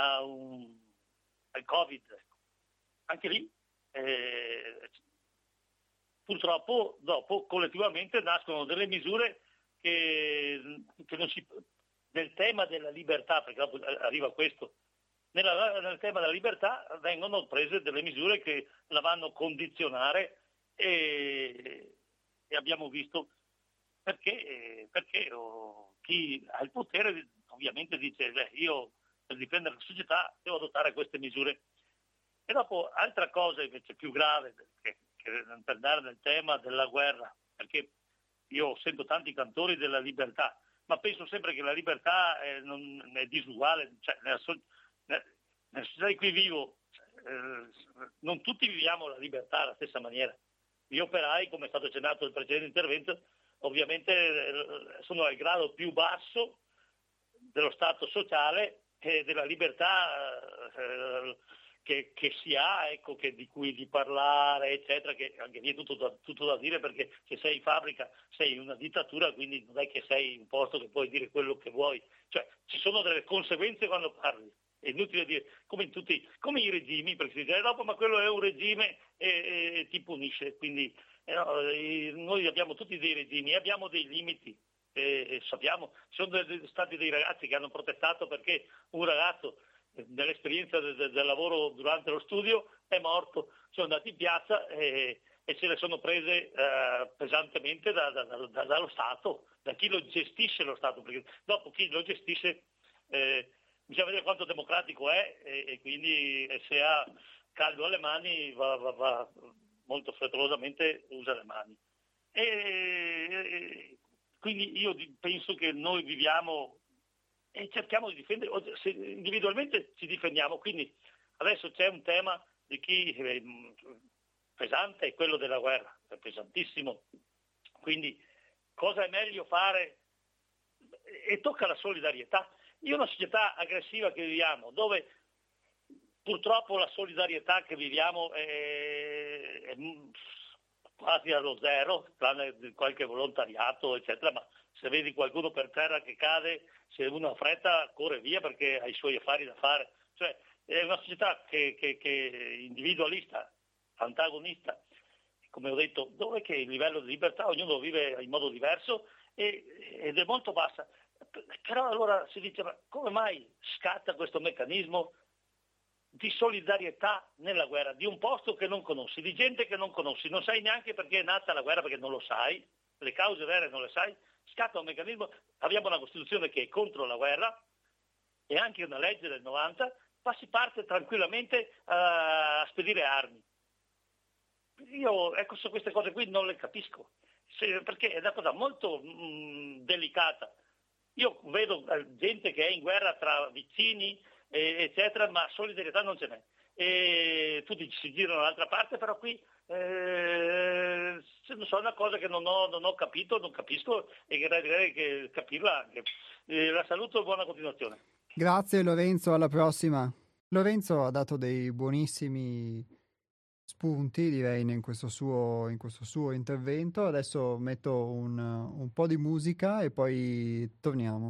il Covid, anche lì purtroppo dopo collettivamente nascono delle misure che non si, nel tema della libertà, perché dopo arriva questo, nel tema della libertà vengono prese delle misure che la vanno a condizionare e abbiamo visto perché chi ha il potere ovviamente dice io per difendere la società devo adottare queste misure. E dopo altra cosa invece più grave, che per andare nel tema della guerra, perché io sento tanti cantori della libertà, ma penso sempre che la libertà non è disuguale, cioè nella società in cui vivo non tutti viviamo la libertà alla stessa maniera. Gli operai, come è stato accennato nel precedente intervento, ovviamente sono al grado più basso dello stato sociale e della libertà che si ha, ecco, di cui di parlare, eccetera, che anche lì è tutto da dire, perché se sei in fabbrica sei in una dittatura, quindi non è che sei in un posto che puoi dire quello che vuoi, cioè ci sono delle conseguenze quando parli. È inutile dire, come i regimi, perché si dice dopo ma quello è un regime e ti punisce, quindi no, noi abbiamo tutti dei regimi, abbiamo dei limiti, sappiamo, ci sono stati dei ragazzi che hanno protestato perché un ragazzo nell'esperienza del lavoro durante lo studio è morto, sono andati in piazza e se le sono prese pesantemente dallo Stato, da chi lo gestisce lo Stato, perché dopo chi lo gestisce bisogna vedere quanto democratico è e quindi se ha caldo alle mani va molto frettolosamente usa le mani. E quindi io penso che noi viviamo e cerchiamo di difendere, se individualmente ci difendiamo, quindi adesso c'è un tema di chi pesante, è quello della guerra, è pesantissimo, quindi cosa è meglio fare? E tocca la solidarietà. In una società aggressiva che viviamo, dove purtroppo la solidarietà che viviamo è quasi allo zero, tranne qualche volontariato, eccetera, ma se vedi qualcuno per terra che cade, se uno ha fretta corre via perché ha i suoi affari da fare. Cioè è una società che individualista, antagonista, come ho detto, dove che il livello di libertà ognuno vive in modo diverso ed è molto bassa. Però allora si dice, ma come mai scatta questo meccanismo di solidarietà nella guerra, di un posto che non conosci, di gente che non conosci, non sai neanche perché è nata la guerra, perché non lo sai, le cause vere non le sai, scatta un meccanismo, abbiamo una Costituzione che è contro la guerra e anche una legge del 90, ma si parte tranquillamente a spedire armi. Io ecco, su queste cose qui non le capisco, perché è una cosa molto delicata. Io vedo gente che è in guerra tra vicini, eccetera, ma solidarietà non ce n'è. E tutti si girano dall'altra parte, però qui è una cosa che non ho capito, non capisco e che direi che capirla anche. La saluto e buona continuazione. Grazie Lorenzo, alla prossima. Lorenzo ha dato dei buonissimi spunti, direi, in questo suo intervento. Adesso metto un po' di musica e poi torniamo.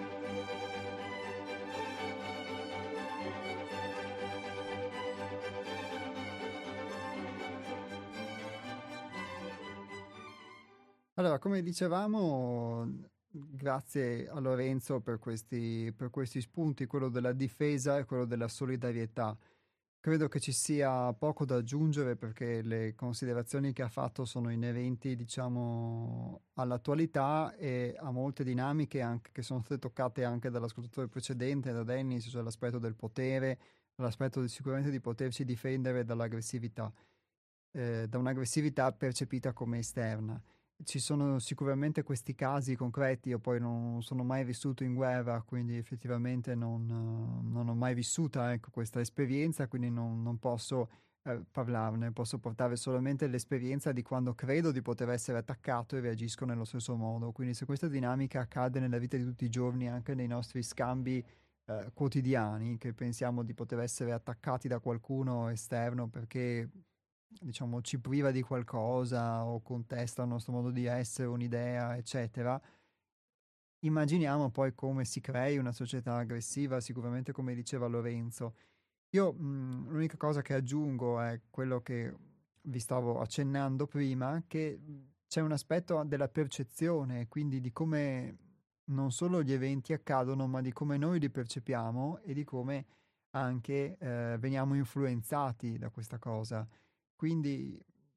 Allora, come dicevamo, grazie a Lorenzo per questi spunti, quello della difesa e quello della solidarietà. Credo che ci sia poco da aggiungere perché le considerazioni che ha fatto sono inerenti, diciamo, all'attualità e a molte dinamiche anche, che sono state toccate anche dall'ascoltatore precedente, da Dennis, cioè l'aspetto del potere, l'aspetto sicuramente di poterci difendere dall'aggressività, da un'aggressività percepita come esterna. Ci sono sicuramente questi casi concreti, io poi non sono mai vissuto in guerra, quindi effettivamente non ho mai vissuta, ecco, questa esperienza, quindi non posso parlarne, posso portare solamente l'esperienza di quando credo di poter essere attaccato e reagisco nello stesso modo. Quindi se questa dinamica accade nella vita di tutti i giorni, anche nei nostri scambi quotidiani, che pensiamo di poter essere attaccati da qualcuno esterno perché diciamo ci priva di qualcosa o contesta il nostro modo di essere, un'idea, eccetera, immaginiamo poi come si crei una società aggressiva, sicuramente come diceva Lorenzo. Io l'unica cosa che aggiungo è quello che vi stavo accennando prima, che c'è un aspetto della percezione, quindi di come non solo gli eventi accadono, ma di come noi li percepiamo e di come anche veniamo influenzati da questa cosa. Quindi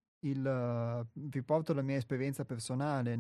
vi porto la mia esperienza personale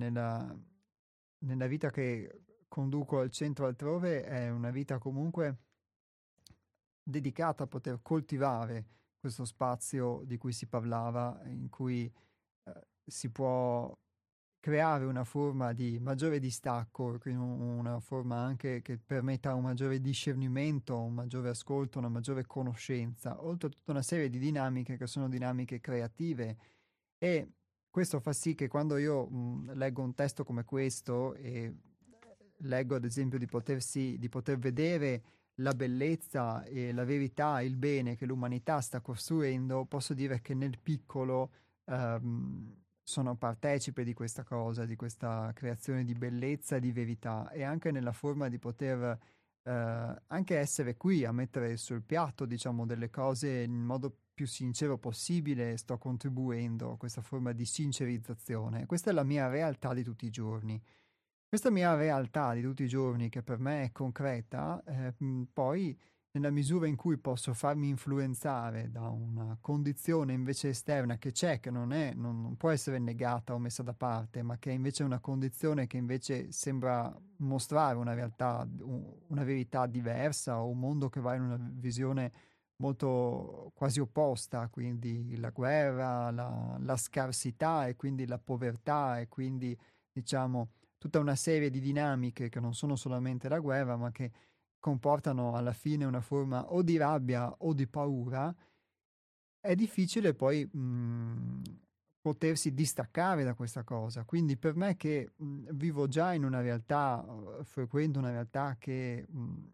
nella vita che conduco al centro altrove, è una vita comunque dedicata a poter coltivare questo spazio di cui si parlava, in cui si può creare una forma di maggiore distacco, quindi una forma anche che permetta un maggiore discernimento, un maggiore ascolto, una maggiore conoscenza, oltre a tutta una serie di dinamiche che sono dinamiche creative e questo fa sì che quando io leggo un testo come questo e leggo ad esempio di poter vedere la bellezza e la verità, il bene che l'umanità sta costruendo, posso dire che nel piccolo sono partecipe di questa cosa, di questa creazione di bellezza e di verità, e anche nella forma di poter anche essere qui a mettere sul piatto, diciamo, delle cose in modo più sincero possibile, sto contribuendo a questa forma di sincerizzazione. Questa è la mia realtà di tutti i giorni. Questa mia realtà di tutti i giorni, che per me è concreta, poi nella misura in cui posso farmi influenzare da una condizione invece esterna che c'è, che non può essere negata o messa da parte, ma che è invece una condizione che invece sembra mostrare una realtà, una verità diversa, o un mondo che va in una visione molto quasi opposta, quindi la guerra, la scarsità e quindi la povertà e quindi diciamo tutta una serie di dinamiche che non sono solamente la guerra, ma che comportano alla fine una forma o di rabbia o di paura, è difficile poi potersi distaccare da questa cosa. Quindi per me che vivo già in una realtà, frequento una realtà che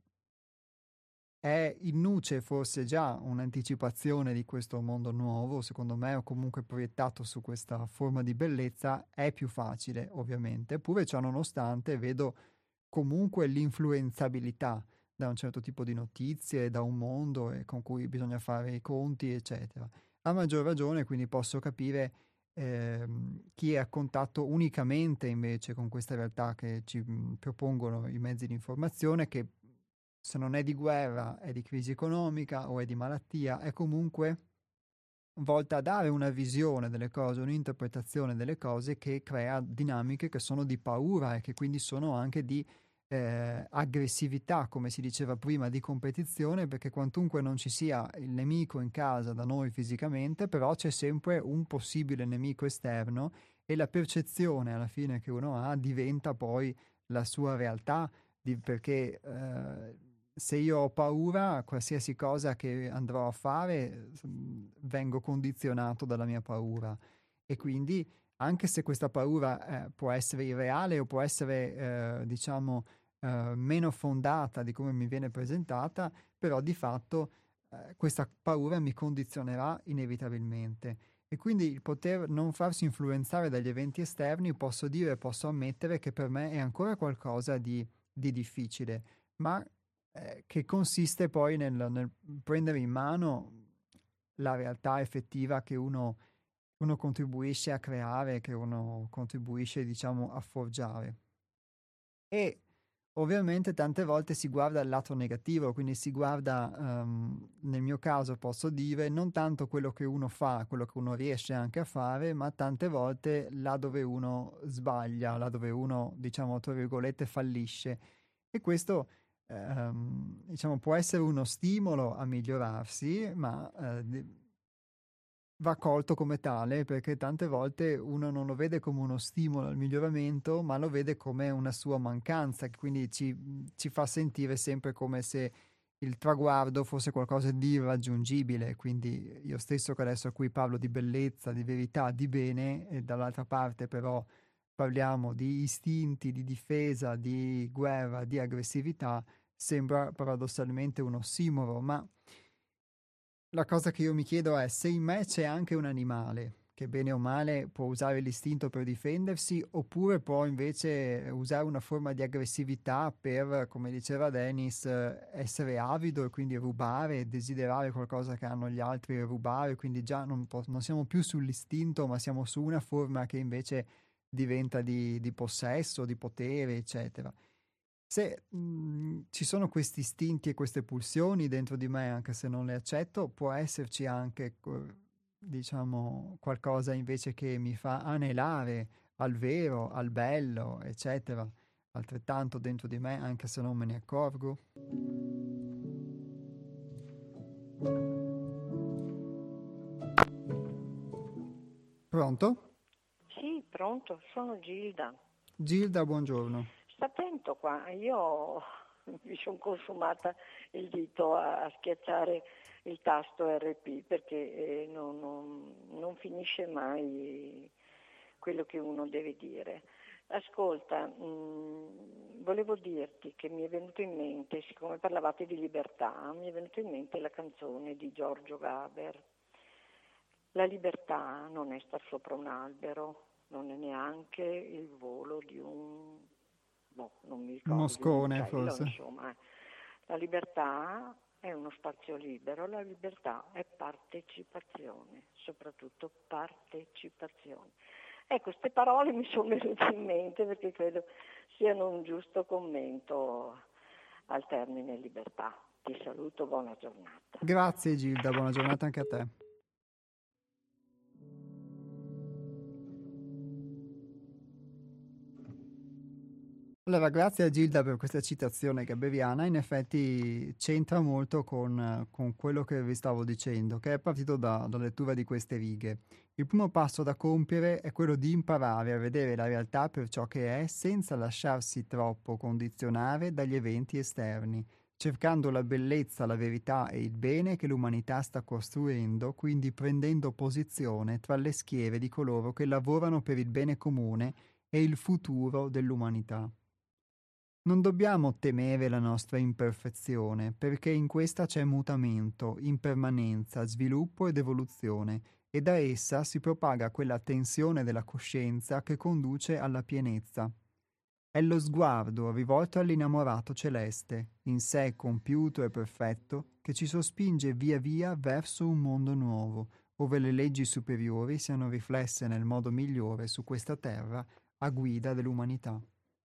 è in nuce forse già un'anticipazione di questo mondo nuovo, secondo me, o comunque proiettato su questa forma di bellezza, è più facile, ovviamente. Eppure ciò nonostante vedo comunque l'influenzabilità da un certo tipo di notizie, da un mondo con cui bisogna fare i conti, eccetera. A maggior ragione, quindi posso capire chi è a contatto unicamente invece con queste realtà che ci propongono i mezzi di informazione, che se non è di guerra, è di crisi economica o è di malattia, è comunque volta a dare una visione delle cose, un'interpretazione delle cose che crea dinamiche che sono di paura e che quindi sono anche di aggressività, come si diceva prima, di competizione, perché quantunque non ci sia il nemico in casa da noi fisicamente, però c'è sempre un possibile nemico esterno e la percezione alla fine che uno ha diventa poi la sua realtà, perché se io ho paura, qualsiasi cosa che andrò a fare, vengo condizionato dalla mia paura. E quindi, anche se questa paura può essere irreale o può essere, diciamo, meno fondata di come mi viene presentata, però di fatto questa paura mi condizionerà inevitabilmente. E quindi il poter non farsi influenzare dagli eventi esterni, posso dire, posso ammettere che per me è ancora qualcosa di difficile, ma che consiste poi nel prendere in mano la realtà effettiva che uno contribuisce a creare, che uno contribuisce, diciamo, a forgiare. E ovviamente tante volte si guarda il lato negativo, quindi si guarda, nel mio caso posso dire, non tanto quello che uno fa, quello che uno riesce anche a fare, ma tante volte là dove uno sbaglia, là dove uno, diciamo, tra virgolette, fallisce. E questo, diciamo, può essere uno stimolo a migliorarsi, ma va colto come tale, perché tante volte uno non lo vede come uno stimolo al miglioramento, ma lo vede come una sua mancanza, che quindi ci fa sentire sempre come se il traguardo fosse qualcosa di irraggiungibile. Quindi io stesso che adesso qui parlo di bellezza, di verità, di bene, e dall'altra parte però parliamo di istinti, di difesa, di guerra, di aggressività, sembra paradossalmente un ossimoro, ma la cosa che io mi chiedo è se in me c'è anche un animale che bene o male può usare l'istinto per difendersi, oppure può invece usare una forma di aggressività per, come diceva Dennis, essere avido e quindi rubare, desiderare qualcosa che hanno gli altri e rubare, quindi già non siamo più sull'istinto, ma siamo su una forma che invece diventa di possesso, di potere, eccetera. Se ci sono questi istinti e queste pulsioni dentro di me, anche se non le accetto, può esserci anche, diciamo, qualcosa invece che mi fa anelare al vero, al bello, eccetera, altrettanto dentro di me, anche se non me ne accorgo. Pronto? Sì, pronto, sono Gilda. Gilda, buongiorno. Sta attento qua, io mi sono consumata il dito a schiacciare il tasto RP perché non finisce mai quello che uno deve dire. Ascolta, volevo dirti che mi è venuto in mente, siccome parlavate di libertà, mi è venuto in mente la canzone di Giorgio Gaber. La libertà non è star sopra un albero, non è neanche il volo di non mi ricordo, Moscone, di un uccello, forse. insomma. La libertà è uno spazio libero, la libertà è partecipazione, soprattutto partecipazione. Ecco, queste parole mi sono venute in mente perché credo siano un giusto commento al termine libertà. Ti saluto, buona giornata. Grazie Gilda, buona giornata anche a te. Allora, grazie a Gilda per questa citazione gaberiana, in effetti c'entra molto con quello che vi stavo dicendo, che è partito dalla lettura di queste righe. Il primo passo da compiere è quello di imparare a vedere la realtà per ciò che è, senza lasciarsi troppo condizionare dagli eventi esterni, cercando la bellezza, la verità e il bene che l'umanità sta costruendo, quindi prendendo posizione tra le schiere di coloro che lavorano per il bene comune e il futuro dell'umanità. Non dobbiamo temere la nostra imperfezione, perché in questa c'è mutamento, impermanenza, sviluppo ed evoluzione, e da essa si propaga quella tensione della coscienza che conduce alla pienezza. È lo sguardo rivolto all'innamorato celeste, in sé compiuto e perfetto, che ci sospinge via via verso un mondo nuovo, ove le leggi superiori siano riflesse nel modo migliore su questa terra a guida dell'umanità.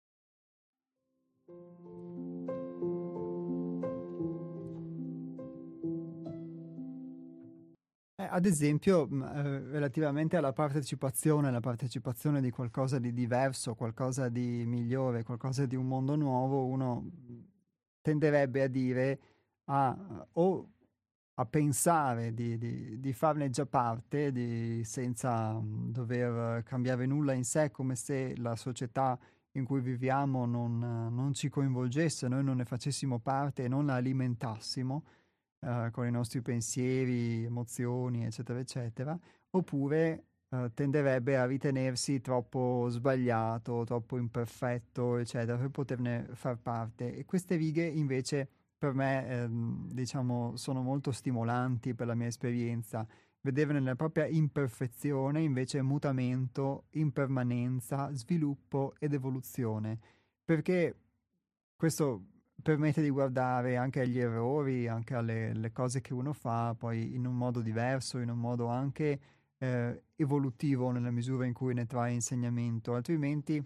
Ad esempio, relativamente alla partecipazione, la partecipazione di qualcosa di diverso, qualcosa di migliore, qualcosa di un mondo nuovo, uno tenderebbe a dire o a pensare di farne già parte, senza dover cambiare nulla in sé, come se la società in cui viviamo non ci coinvolgesse, noi non ne facessimo parte e non la alimentassimo con i nostri pensieri, emozioni, eccetera, eccetera, oppure tenderebbe a ritenersi troppo sbagliato, troppo imperfetto, eccetera, per poterne far parte. E queste righe invece per me, diciamo, sono molto stimolanti per la mia esperienza. Vedere nella propria imperfezione invece mutamento, impermanenza, sviluppo ed evoluzione. Perché questo permette di guardare anche agli errori, anche alle cose che uno fa, poi in un modo diverso, in un modo anche evolutivo nella misura in cui ne trae insegnamento, altrimenti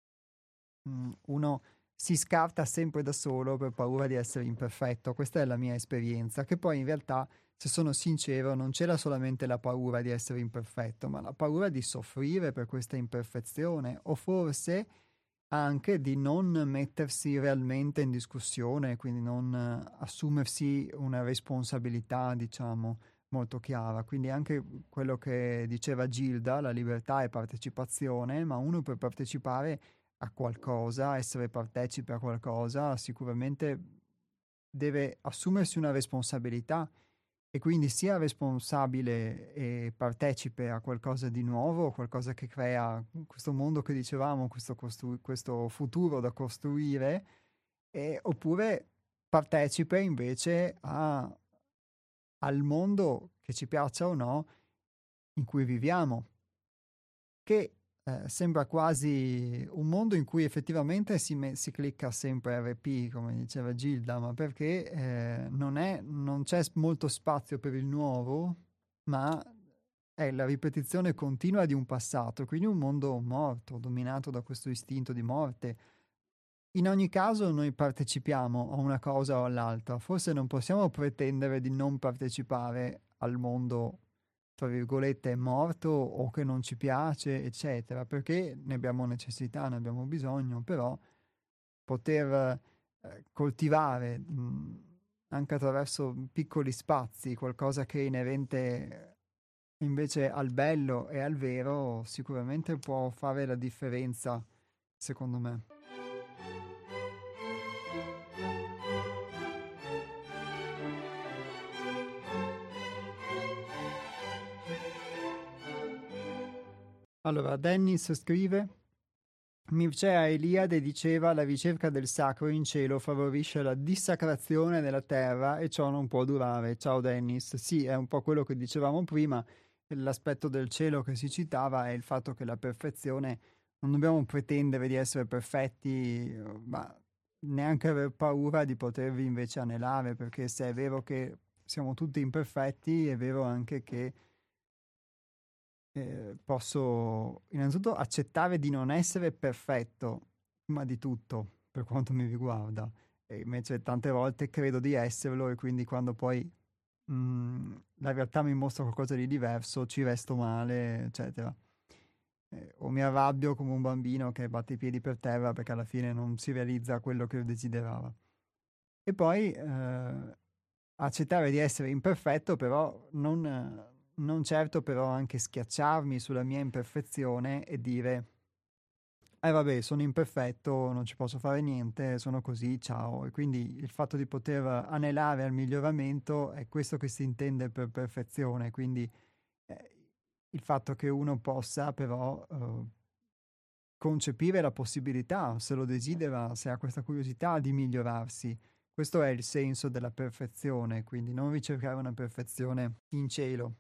uno si scarta sempre da solo per paura di essere imperfetto. Questa è la mia esperienza, che poi in realtà, se sono sincero, non c'era solamente la paura di essere imperfetto, ma la paura di soffrire per questa imperfezione, o forse anche di non mettersi realmente in discussione, quindi non assumersi una responsabilità, diciamo, molto chiara. Quindi anche quello che diceva Gilda, la libertà è partecipazione, ma uno per partecipare a qualcosa, essere partecipe a qualcosa, sicuramente deve assumersi una responsabilità e quindi sia responsabile e partecipe a qualcosa di nuovo, qualcosa che crea questo mondo che dicevamo, questo futuro da costruire, oppure partecipe invece al mondo, che ci piaccia o no, in cui viviamo, che sembra quasi un mondo in cui effettivamente si clicca sempre RP, come diceva Gilda, ma perché non c'è molto spazio per il nuovo, ma è la ripetizione continua di un passato, quindi un mondo morto, dominato da questo istinto di morte. In ogni caso noi partecipiamo a una cosa o all'altra, forse non possiamo pretendere di non partecipare al mondo, tra virgolette, morto o che non ci piace, eccetera, perché ne abbiamo necessità, ne abbiamo bisogno, però poter coltivare anche attraverso piccoli spazi qualcosa che è inerente invece al bello e al vero, sicuramente può fare la differenza, secondo me. Allora, Dennis scrive: Mircea Eliade diceva la ricerca del sacro in cielo favorisce la dissacrazione della terra e ciò non può durare. Ciao Dennis. Sì, è un po' quello che dicevamo prima. L'aspetto del cielo che si citava è il fatto che la perfezione non dobbiamo pretendere di essere perfetti, ma neanche aver paura di potervi invece anelare, perché se è vero che siamo tutti imperfetti, è vero anche che posso innanzitutto accettare di non essere perfetto, prima di tutto, per quanto mi riguarda, e invece tante volte credo di esserlo e quindi quando poi la realtà mi mostra qualcosa di diverso, ci resto male, eccetera. O mi arrabbio come un bambino che batte i piedi per terra perché alla fine non si realizza quello che desiderava. E poi accettare di essere imperfetto, però non certo però anche schiacciarmi sulla mia imperfezione e dire vabbè, sono imperfetto, non ci posso fare niente, sono così, ciao. E quindi il fatto di poter anelare al miglioramento è questo che si intende per perfezione, quindi il fatto che uno possa però concepire la possibilità, se lo desidera, se ha questa curiosità di migliorarsi. Questo è il senso della perfezione, quindi non ricercare una perfezione in cielo.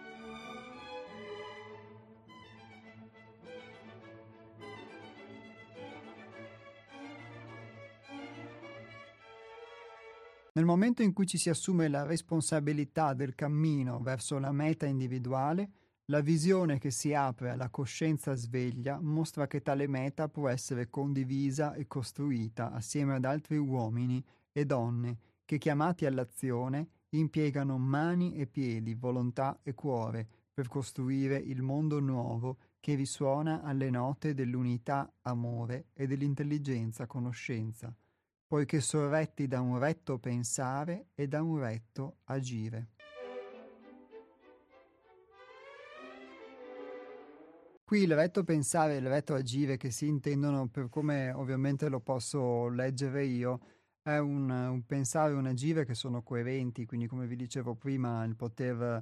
Nel momento in cui ci si assume la responsabilità del cammino verso la meta individuale, la visione che si apre alla coscienza sveglia mostra che tale meta può essere condivisa e costruita assieme ad altri uomini e donne che, chiamati all'azione, impiegano mani e piedi, volontà e cuore per costruire il mondo nuovo che risuona alle note dell'unità amore e dell'intelligenza conoscenza, poiché sorretti da un retto pensare e da un retto agire. Qui il retto pensare e il retto agire che si intendono, per come ovviamente lo posso leggere io, è un pensare e un agire che sono coerenti, quindi come vi dicevo prima, il poter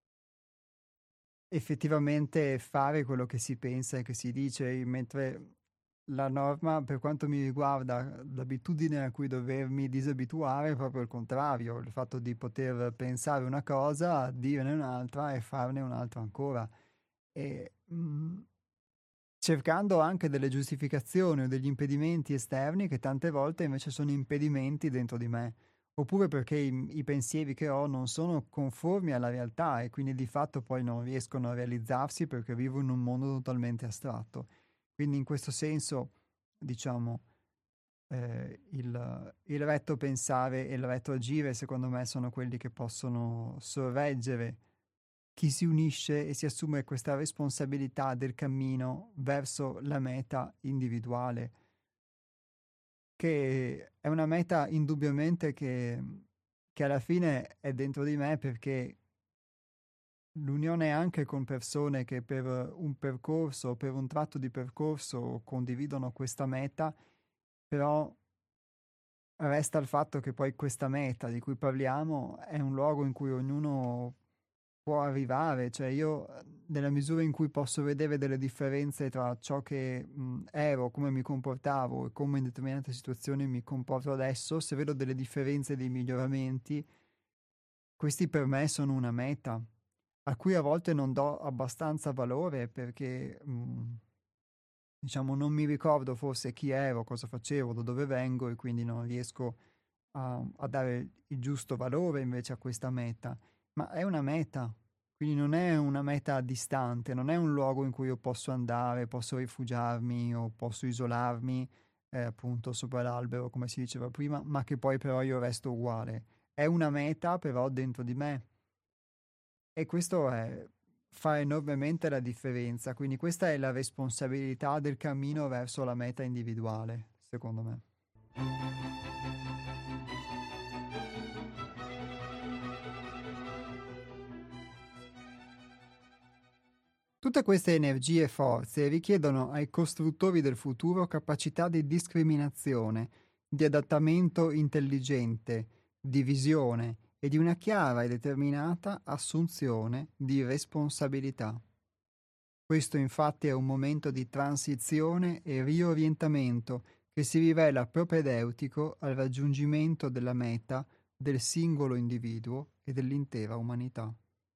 effettivamente fare quello che si pensa e che si dice, mentre la norma, per quanto mi riguarda, l'abitudine a cui dovermi disabituare è proprio il contrario, il fatto di poter pensare una cosa, dirne un'altra e farne un'altra ancora. E cercando anche delle giustificazioni o degli impedimenti esterni che tante volte invece sono impedimenti dentro di me, oppure perché i pensieri che ho non sono conformi alla realtà e quindi di fatto poi non riescono a realizzarsi perché vivo in un mondo totalmente astratto. Quindi in questo senso, diciamo, il retto pensare e il retto agire, secondo me, sono quelli che possono sorreggere chi si unisce e si assume questa responsabilità del cammino verso la meta individuale, che è una meta indubbiamente che alla fine è dentro di me, perché l'unione anche con persone che per un percorso, per un tratto di percorso condividono questa meta, però resta il fatto che poi questa meta di cui parliamo è un luogo in cui ognuno può arrivare, cioè io nella misura in cui posso vedere delle differenze tra ciò che ero, come mi comportavo e come in determinate situazioni mi comporto adesso, se vedo delle differenze, dei miglioramenti, questi per me sono una meta a cui a volte non do abbastanza valore perché diciamo non mi ricordo forse chi ero, cosa facevo, da dove vengo e quindi non riesco a dare il giusto valore invece a questa meta, ma è una meta, quindi non è una meta distante, non è un luogo in cui io posso andare, posso rifugiarmi o posso isolarmi appunto sopra l'albero, come si diceva prima, ma che poi però io resto uguale. È una meta però dentro di me e questo fa enormemente la differenza, quindi questa è la responsabilità del cammino verso la meta individuale, secondo me. Tutte queste energie e forze richiedono ai costruttori del futuro capacità di discriminazione, di adattamento intelligente, di visione e di una chiara e determinata assunzione di responsabilità. Questo infatti è un momento di transizione e riorientamento che si rivela propedeutico al raggiungimento della meta del singolo individuo e dell'intera umanità.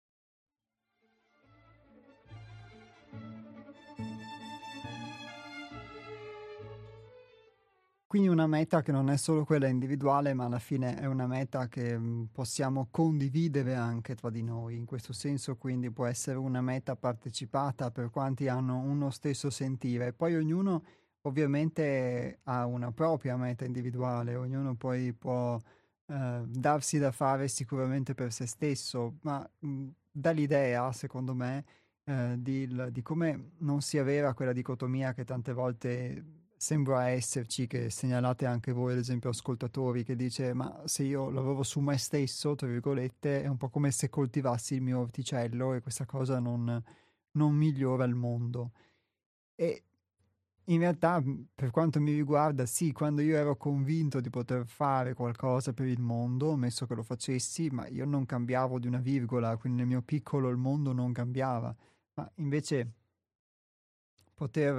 Quindi una meta che non è solo quella individuale, ma alla fine è una meta che possiamo condividere anche tra di noi. In questo senso quindi può essere una meta partecipata per quanti hanno uno stesso sentire. Poi ognuno ovviamente ha una propria meta individuale, ognuno poi può darsi da fare sicuramente per se stesso, ma dà l'idea, secondo me, di come non sia vera quella dicotomia che tante volte sembra esserci, che segnalate anche voi, ad esempio, ascoltatori, che dice: ma se io lavoro su me stesso, tra virgolette, è un po' come se coltivassi il mio orticello e questa cosa non migliora il mondo. E in realtà, per quanto mi riguarda, sì, quando io ero convinto di poter fare qualcosa per il mondo, ammesso che lo facessi, ma io non cambiavo di una virgola, quindi nel mio piccolo il mondo non cambiava. Ma invece poter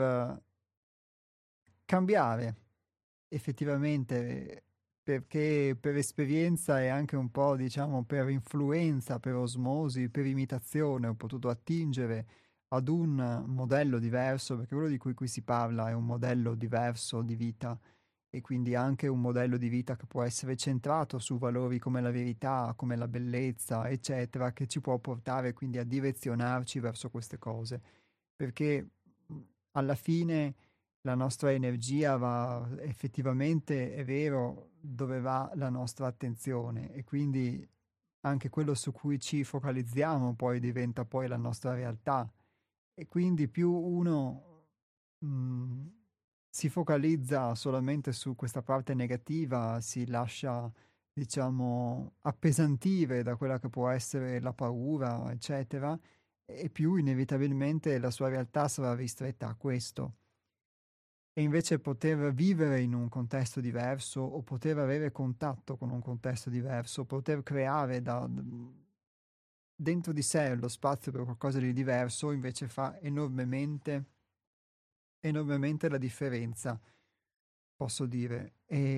cambiare effettivamente, perché per esperienza e anche un po', diciamo, per influenza, per osmosi, per imitazione, ho potuto attingere ad un modello diverso, perché quello di cui qui si parla è un modello diverso di vita e quindi anche un modello di vita che può essere centrato su valori come la verità, come la bellezza, eccetera, che ci può portare quindi a direzionarci verso queste cose, perché alla fine la nostra energia va effettivamente, è vero, dove va la nostra attenzione e quindi anche quello su cui ci focalizziamo poi diventa poi la nostra realtà e quindi più uno mh, si focalizza solamente su questa parte negativa, si lascia, diciamo, appesantire da quella che può essere la paura, eccetera, e più inevitabilmente la sua realtà sarà ristretta a questo. E invece poter vivere in un contesto diverso o poter avere contatto con un contesto diverso, poter creare dentro di sé lo spazio per qualcosa di diverso, invece fa enormemente, enormemente la differenza, posso dire.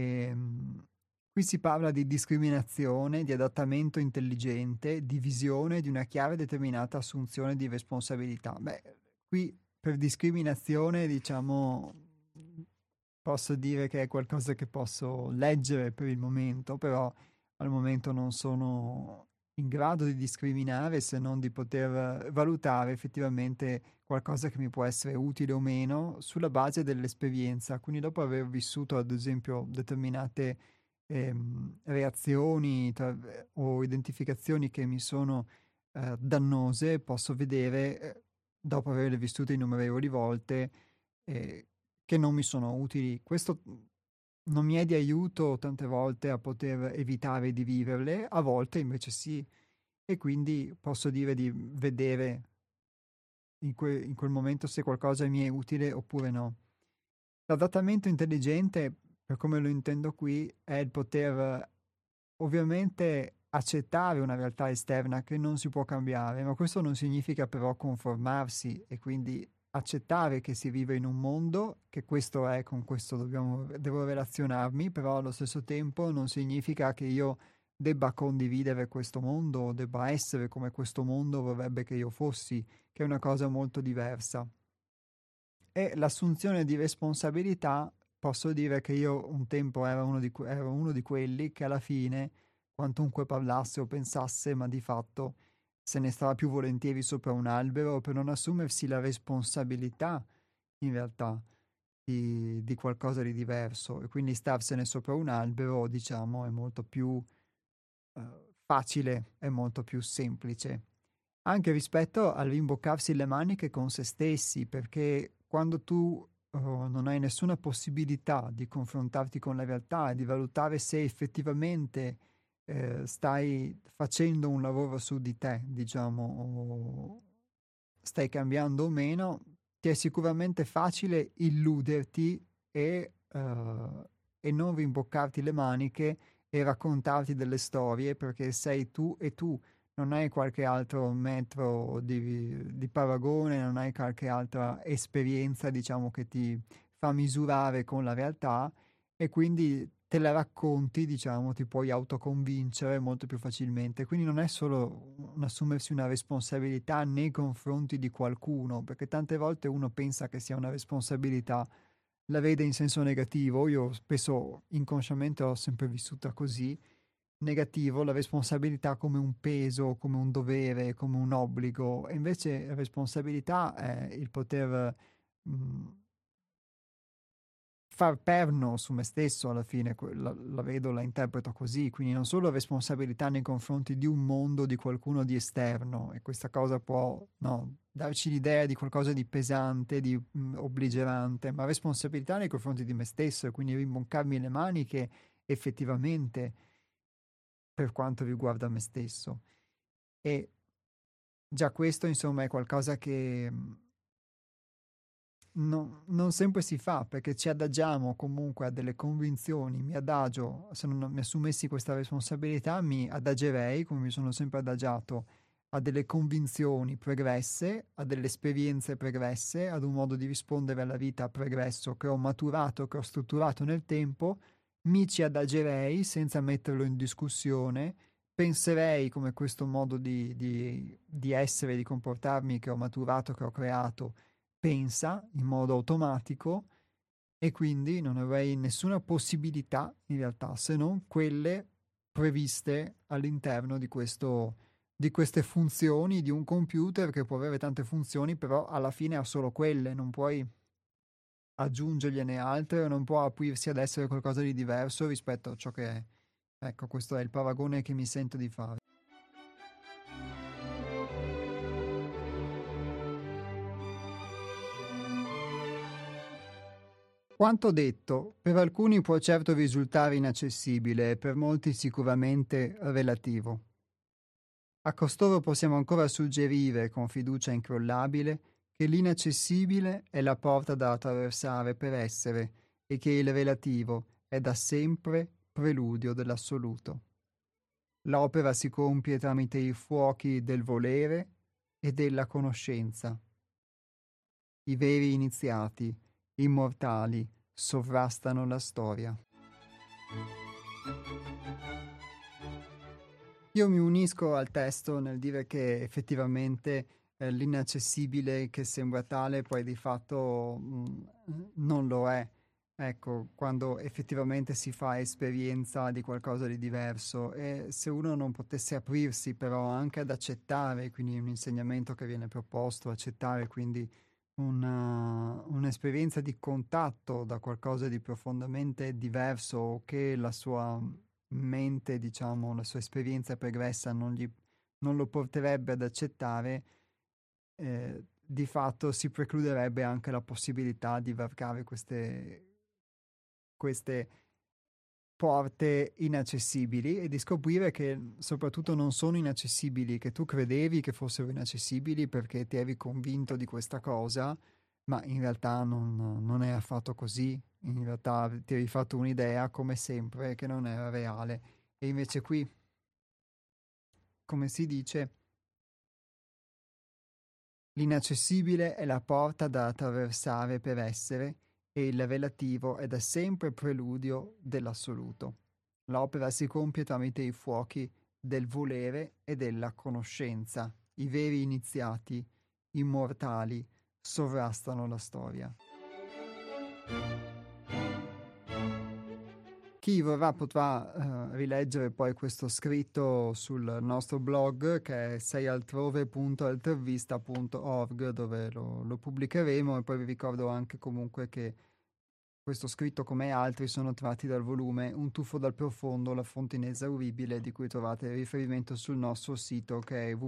Qui si parla di discriminazione, di adattamento intelligente, di visione, di una chiara e determinata assunzione di responsabilità. Beh, qui per discriminazione, diciamo, posso dire che è qualcosa che posso leggere per il momento, però al momento non sono in grado di discriminare se non di poter valutare effettivamente qualcosa che mi può essere utile o meno sulla base dell'esperienza. Quindi dopo aver vissuto ad esempio determinate reazioni o identificazioni che mi sono dannose, posso vedere, dopo averle vissute innumerevoli volte, che non mi sono utili. Questo non mi è di aiuto tante volte a poter evitare di viverle, a volte invece sì, e quindi posso dire di vedere in quel momento se qualcosa mi è utile oppure no. L'adattamento intelligente, per come lo intendo qui, è il poter ovviamente accettare una realtà esterna che non si può cambiare, ma questo non significa però conformarsi e quindi accettare che si vive in un mondo, che questo è, con questo devo relazionarmi, però allo stesso tempo non significa che io debba condividere questo mondo o debba essere come questo mondo vorrebbe che io fossi, che è una cosa molto diversa. E l'assunzione di responsabilità, posso dire che io un tempo ero uno di quelli che alla fine, quantunque parlasse o pensasse, ma di fatto se ne stava più volentieri sopra un albero per non assumersi la responsabilità, in realtà, di qualcosa di diverso. E quindi starsene sopra un albero, diciamo, è molto più facile, è molto più semplice. Anche rispetto al rimboccarsi le maniche con se stessi, perché quando tu non hai nessuna possibilità di confrontarti con la realtà e di valutare se effettivamente stai facendo un lavoro su di te, diciamo, o stai cambiando o meno, ti è sicuramente facile illuderti e non rimboccarti le maniche e raccontarti delle storie perché sei tu e tu non hai qualche altro metro di paragone, non hai qualche altra esperienza, diciamo, che ti fa misurare con la realtà e quindi te la racconti, diciamo, ti puoi autoconvincere molto più facilmente. Quindi non è solo un assumersi una responsabilità nei confronti di qualcuno, perché tante volte uno pensa che sia una responsabilità, la vede in senso negativo. Io spesso inconsciamente ho sempre vissuta così, negativo, la responsabilità come un peso, come un dovere, come un obbligo, e invece la responsabilità è il poter mh, far perno su me stesso alla fine, la vedo, la interpreto così, quindi non solo responsabilità nei confronti di un mondo, di qualcuno di esterno, e questa cosa può, no, darci l'idea di qualcosa di pesante, di obbligerante, ma responsabilità nei confronti di me stesso, e quindi rimboccarmi le maniche effettivamente per quanto riguarda me stesso. E già questo, insomma, è qualcosa che non sempre si fa, perché ci adagiamo comunque a delle convinzioni. Mi adagio, se non mi assumessi questa responsabilità, mi adagerei, come mi sono sempre adagiato, a delle convinzioni pregresse, a delle esperienze pregresse, ad un modo di rispondere alla vita pregresso che ho maturato, che ho strutturato nel tempo. Mi ci adagerei senza metterlo in discussione. Penserei come questo modo di essere, di comportarmi che ho maturato, che ho creato, pensa in modo automatico, e quindi non avrei nessuna possibilità in realtà se non quelle previste all'interno di queste funzioni di un computer che può avere tante funzioni, però alla fine ha solo quelle, non puoi aggiungergliene altre, non può aprirsi ad essere qualcosa di diverso rispetto a ciò che è. Ecco, questo è il paragone che mi sento di fare. Quanto detto, per alcuni può certo risultare inaccessibile e per molti sicuramente relativo. A costoro possiamo ancora suggerire con fiducia incrollabile che l'inaccessibile è la porta da attraversare per essere e che il relativo è da sempre preludio dell'assoluto. L'opera si compie tramite i fuochi del volere e della conoscenza. I veri iniziati, immortali, sovrastano la storia. Io mi unisco al testo nel dire che effettivamente l'inaccessibile che sembra tale poi di fatto non lo è. Ecco, quando effettivamente si fa esperienza di qualcosa di diverso, e se uno non potesse aprirsi però anche ad accettare, quindi un insegnamento che viene proposto, accettare quindi un'esperienza di contatto da qualcosa di profondamente diverso, che la sua mente, diciamo, la sua esperienza pregressa non lo porterebbe ad accettare, di fatto si precluderebbe anche la possibilità di varcare queste porte inaccessibili e di scoprire che soprattutto non sono inaccessibili, che tu credevi che fossero inaccessibili perché ti eri convinto di questa cosa, ma in realtà non è affatto così. In realtà ti eri fatto un'idea, come sempre, che non era reale. E invece qui, come si dice, l'inaccessibile è la porta da attraversare per essere e il relativo è da sempre preludio dell'assoluto. L'opera si compie tramite i fuochi del volere e della conoscenza. I veri iniziati, immortali, sovrastano la storia. Chi vorrà potrà rileggere poi questo scritto sul nostro blog, che è seialtrove.altervista.org, dove lo pubblicheremo, e poi vi ricordo anche comunque che questo scritto, come altri, sono tratti dal volume Un tuffo dal profondo, la fonte inesauribile, di cui trovate riferimento sul nostro sito, che è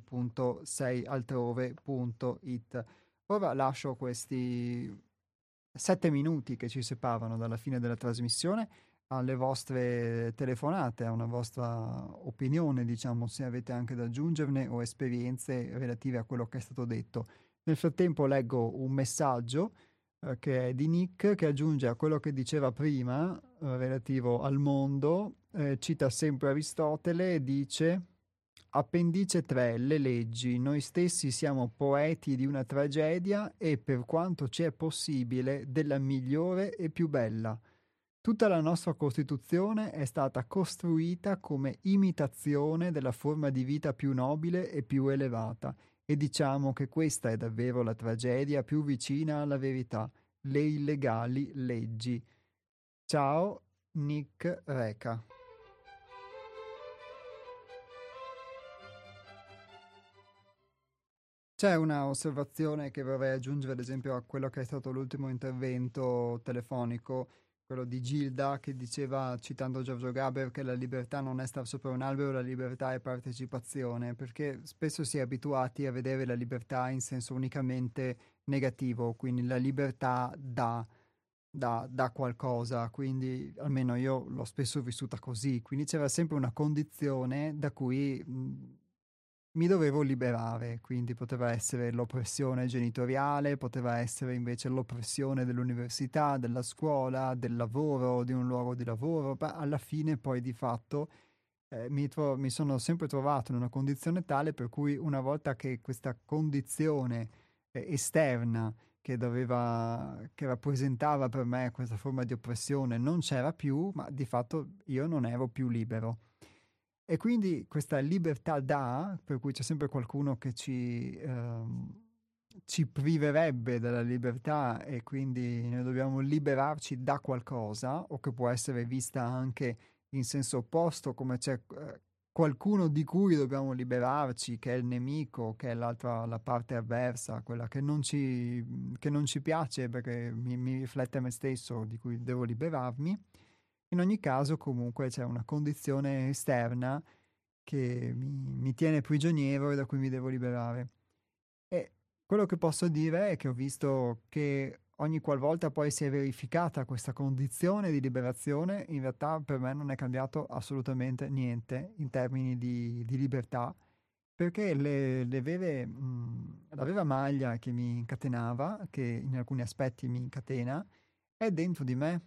www.seialtrove.it. Ora lascio questi 7 minuti che ci separano dalla fine della trasmissione alle vostre telefonate, a una vostra opinione, diciamo, se avete anche da aggiungerne o esperienze relative a quello che è stato detto. Nel frattempo leggo un messaggio che è di Nick, che aggiunge a quello che diceva prima relativo al mondo, cita sempre Aristotele e dice: Appendice 3, le leggi. Noi stessi siamo poeti di una tragedia e, per quanto ci è possibile, della migliore e più bella. Tutta la nostra Costituzione è stata costruita come imitazione della forma di vita più nobile e più elevata, e diciamo che questa è davvero la tragedia più vicina alla verità, le illegali leggi. Ciao, Nick Reca. C'è una osservazione che vorrei aggiungere, ad esempio, a quello che è stato l'ultimo intervento telefonico, quello di Gilda, che diceva, citando Giorgio Gaber, che la libertà non è star sopra un albero, la libertà è partecipazione, perché spesso si è abituati a vedere la libertà in senso unicamente negativo, quindi la libertà da qualcosa, quindi almeno io l'ho spesso vissuta così, quindi c'era sempre una condizione da cui mi dovevo liberare, quindi poteva essere l'oppressione genitoriale, poteva essere invece l'oppressione dell'università, della scuola, del lavoro, di un luogo di lavoro, ma alla fine poi di fatto mi sono sempre trovato in una condizione tale per cui una volta che questa condizione esterna che rappresentava per me questa forma di oppressione non c'era più, ma di fatto io non ero più libero. E quindi questa libertà per cui c'è sempre qualcuno che ci priverebbe della libertà e quindi noi dobbiamo liberarci da qualcosa, o che può essere vista anche in senso opposto, come c'è qualcuno di cui dobbiamo liberarci, che è il nemico, che è la parte avversa, quella che non ci piace perché mi riflette me stesso, di cui devo liberarmi. In ogni caso, comunque, c'è una condizione esterna che mi tiene prigioniero e da cui mi devo liberare. E quello che posso dire è che ho visto che ogni qualvolta poi si è verificata questa condizione di liberazione, in realtà per me non è cambiato assolutamente niente in termini di libertà, perché la vera maglia che mi incatenava, che in alcuni aspetti mi incatena, è dentro di me.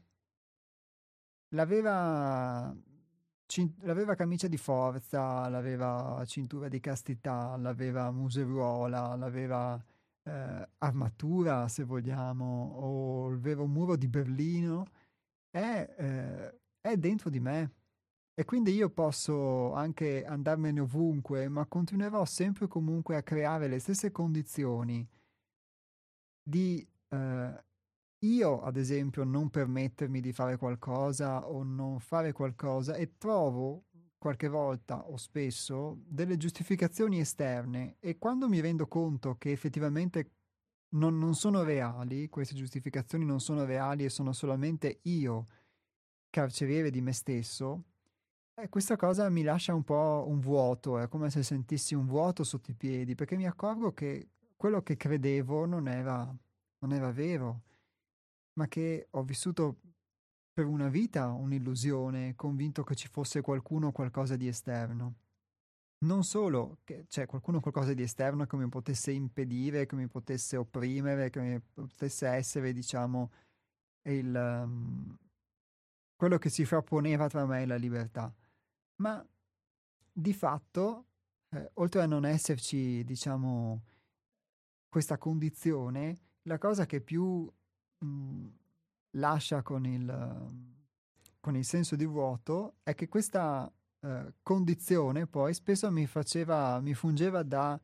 L'aveva l'aveva camicia di forza, l'aveva cintura di castità, l'aveva museruola, l'aveva armatura, se vogliamo, o il vero muro di Berlino, è dentro di me. E quindi io posso anche andarmene ovunque, ma continuerò sempre comunque a creare le stesse condizioni di io, ad esempio, non permettermi di fare qualcosa o non fare qualcosa, e trovo qualche volta o spesso delle giustificazioni esterne, e quando mi rendo conto che effettivamente non sono reali, queste giustificazioni non sono reali e sono solamente io carceriere di me stesso, questa cosa mi lascia un po' un vuoto, è come se sentissi un vuoto sotto i piedi, perché mi accorgo che quello che credevo non era vero, ma che ho vissuto per una vita un'illusione, convinto che ci fosse qualcuno o qualcosa di esterno. Non solo che c'è qualcuno o qualcosa di esterno che mi potesse impedire, che mi potesse opprimere, che mi potesse essere, diciamo, quello che si frapponeva tra me e la libertà. Ma di fatto, oltre a non esserci, diciamo, questa condizione, la cosa che più lascia con il senso di vuoto è che questa condizione poi spesso mi fungeva da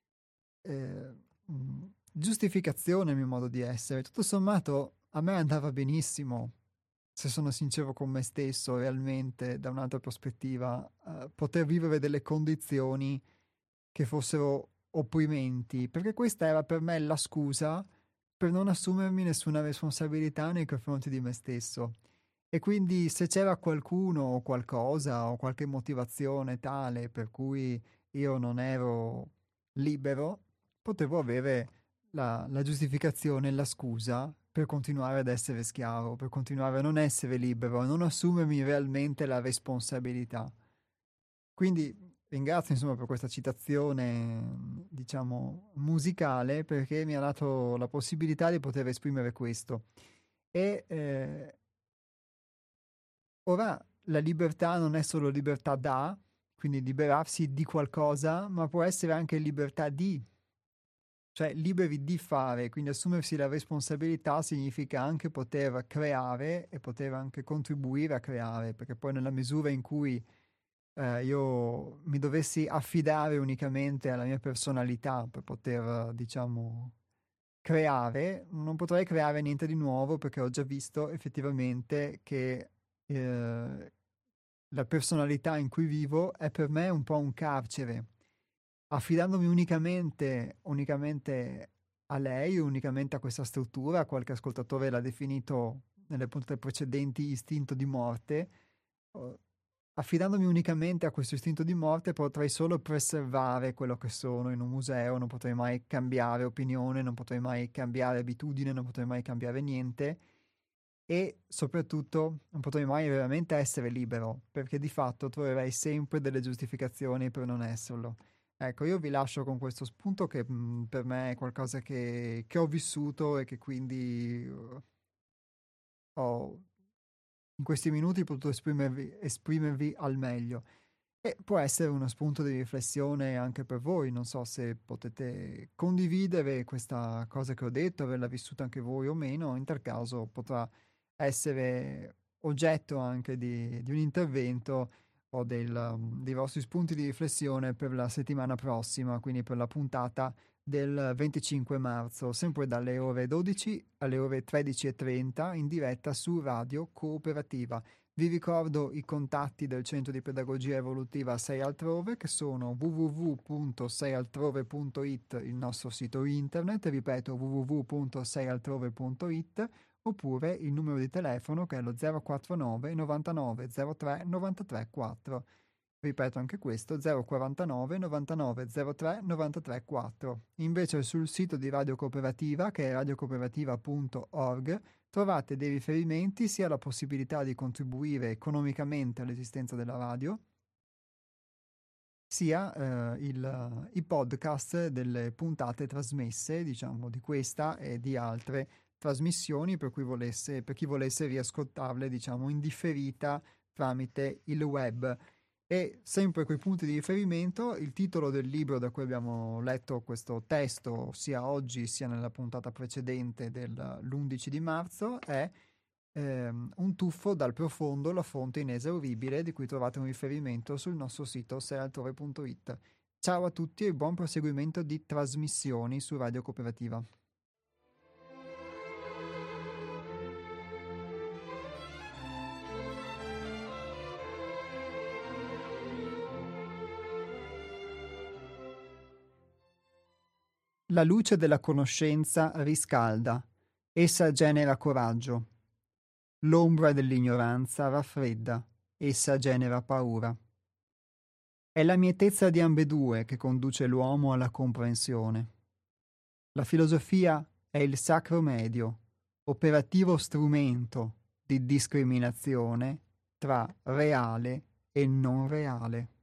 giustificazione il mio modo di essere. Tutto sommato a me andava benissimo, se sono sincero con me stesso, realmente da un'altra prospettiva, poter vivere delle condizioni che fossero opprimenti, perché questa era per me la scusa per non assumermi nessuna responsabilità nei confronti di me stesso. E quindi se c'era qualcuno o qualcosa o qualche motivazione tale per cui io non ero libero, potevo avere la giustificazione, la scusa per continuare ad essere schiavo, per continuare a non essere libero, a non assumermi realmente la responsabilità. Quindi ringrazio insomma per questa citazione, diciamo, musicale, perché mi ha dato la possibilità di poter esprimere questo. E ora la libertà non è solo libertà quindi liberarsi di qualcosa, ma può essere anche libertà di, cioè liberi di fare, quindi assumersi la responsabilità significa anche poter creare e poter anche contribuire a creare, perché poi nella misura in cui io mi dovessi affidare unicamente alla mia personalità per poter, diciamo, creare, non potrei creare niente di nuovo perché ho già visto effettivamente che la personalità in cui vivo è per me un po' un carcere. Affidandomi unicamente a lei, unicamente a questa struttura, qualche ascoltatore l'ha definito nelle puntate precedenti istinto di morte, eh, affidandomi unicamente a questo istinto di morte potrei solo preservare quello che sono in un museo, non potrei mai cambiare opinione, non potrei mai cambiare abitudine, non potrei mai cambiare niente e soprattutto non potrei mai veramente essere libero, perché di fatto troverei sempre delle giustificazioni per non esserlo. Ecco, io vi lascio con questo spunto che per me è qualcosa che ho vissuto e che quindi ho in questi minuti potuto esprimervi al meglio. E può essere uno spunto di riflessione anche per voi, non so se potete condividere questa cosa che ho detto, averla vissuta anche voi o meno, in tal caso potrà essere oggetto anche di un intervento o dei vostri spunti di riflessione per la settimana prossima, quindi per la puntata del 25 marzo, sempre dalle ore 12 alle ore 13:30 in diretta su Radio Cooperativa. Vi ricordo i contatti del Centro di Pedagogia Evolutiva 6 Altrove, che sono www.seialtrove.it, il nostro sito internet, ripeto www.seialtrove.it, oppure il numero di telefono che è lo 049 99 03 93 4. Ripeto anche questo, 049 99 03 93 4. Invece sul sito di Radio Cooperativa, che è radiocooperativa.org, trovate dei riferimenti sia alla possibilità di contribuire economicamente all'esistenza della radio, sia i podcast delle puntate trasmesse, diciamo, di questa e di altre trasmissioni per chi volesse riascoltarle, diciamo, in differita tramite il web. E sempre quei punti di riferimento, il titolo del libro da cui abbiamo letto questo testo sia oggi sia nella puntata precedente dell'11 di marzo è Un tuffo dal profondo, la fonte inesauribile, di cui trovate un riferimento sul nostro sito seialtrove.it. Ciao a tutti e buon proseguimento di trasmissioni su Radio Cooperativa. La luce della conoscenza riscalda, essa genera coraggio. L'ombra dell'ignoranza raffredda, essa genera paura. È la mietezza di ambedue che conduce l'uomo alla comprensione. La filosofia è il sacro medio, operativo strumento di discriminazione tra reale e non reale.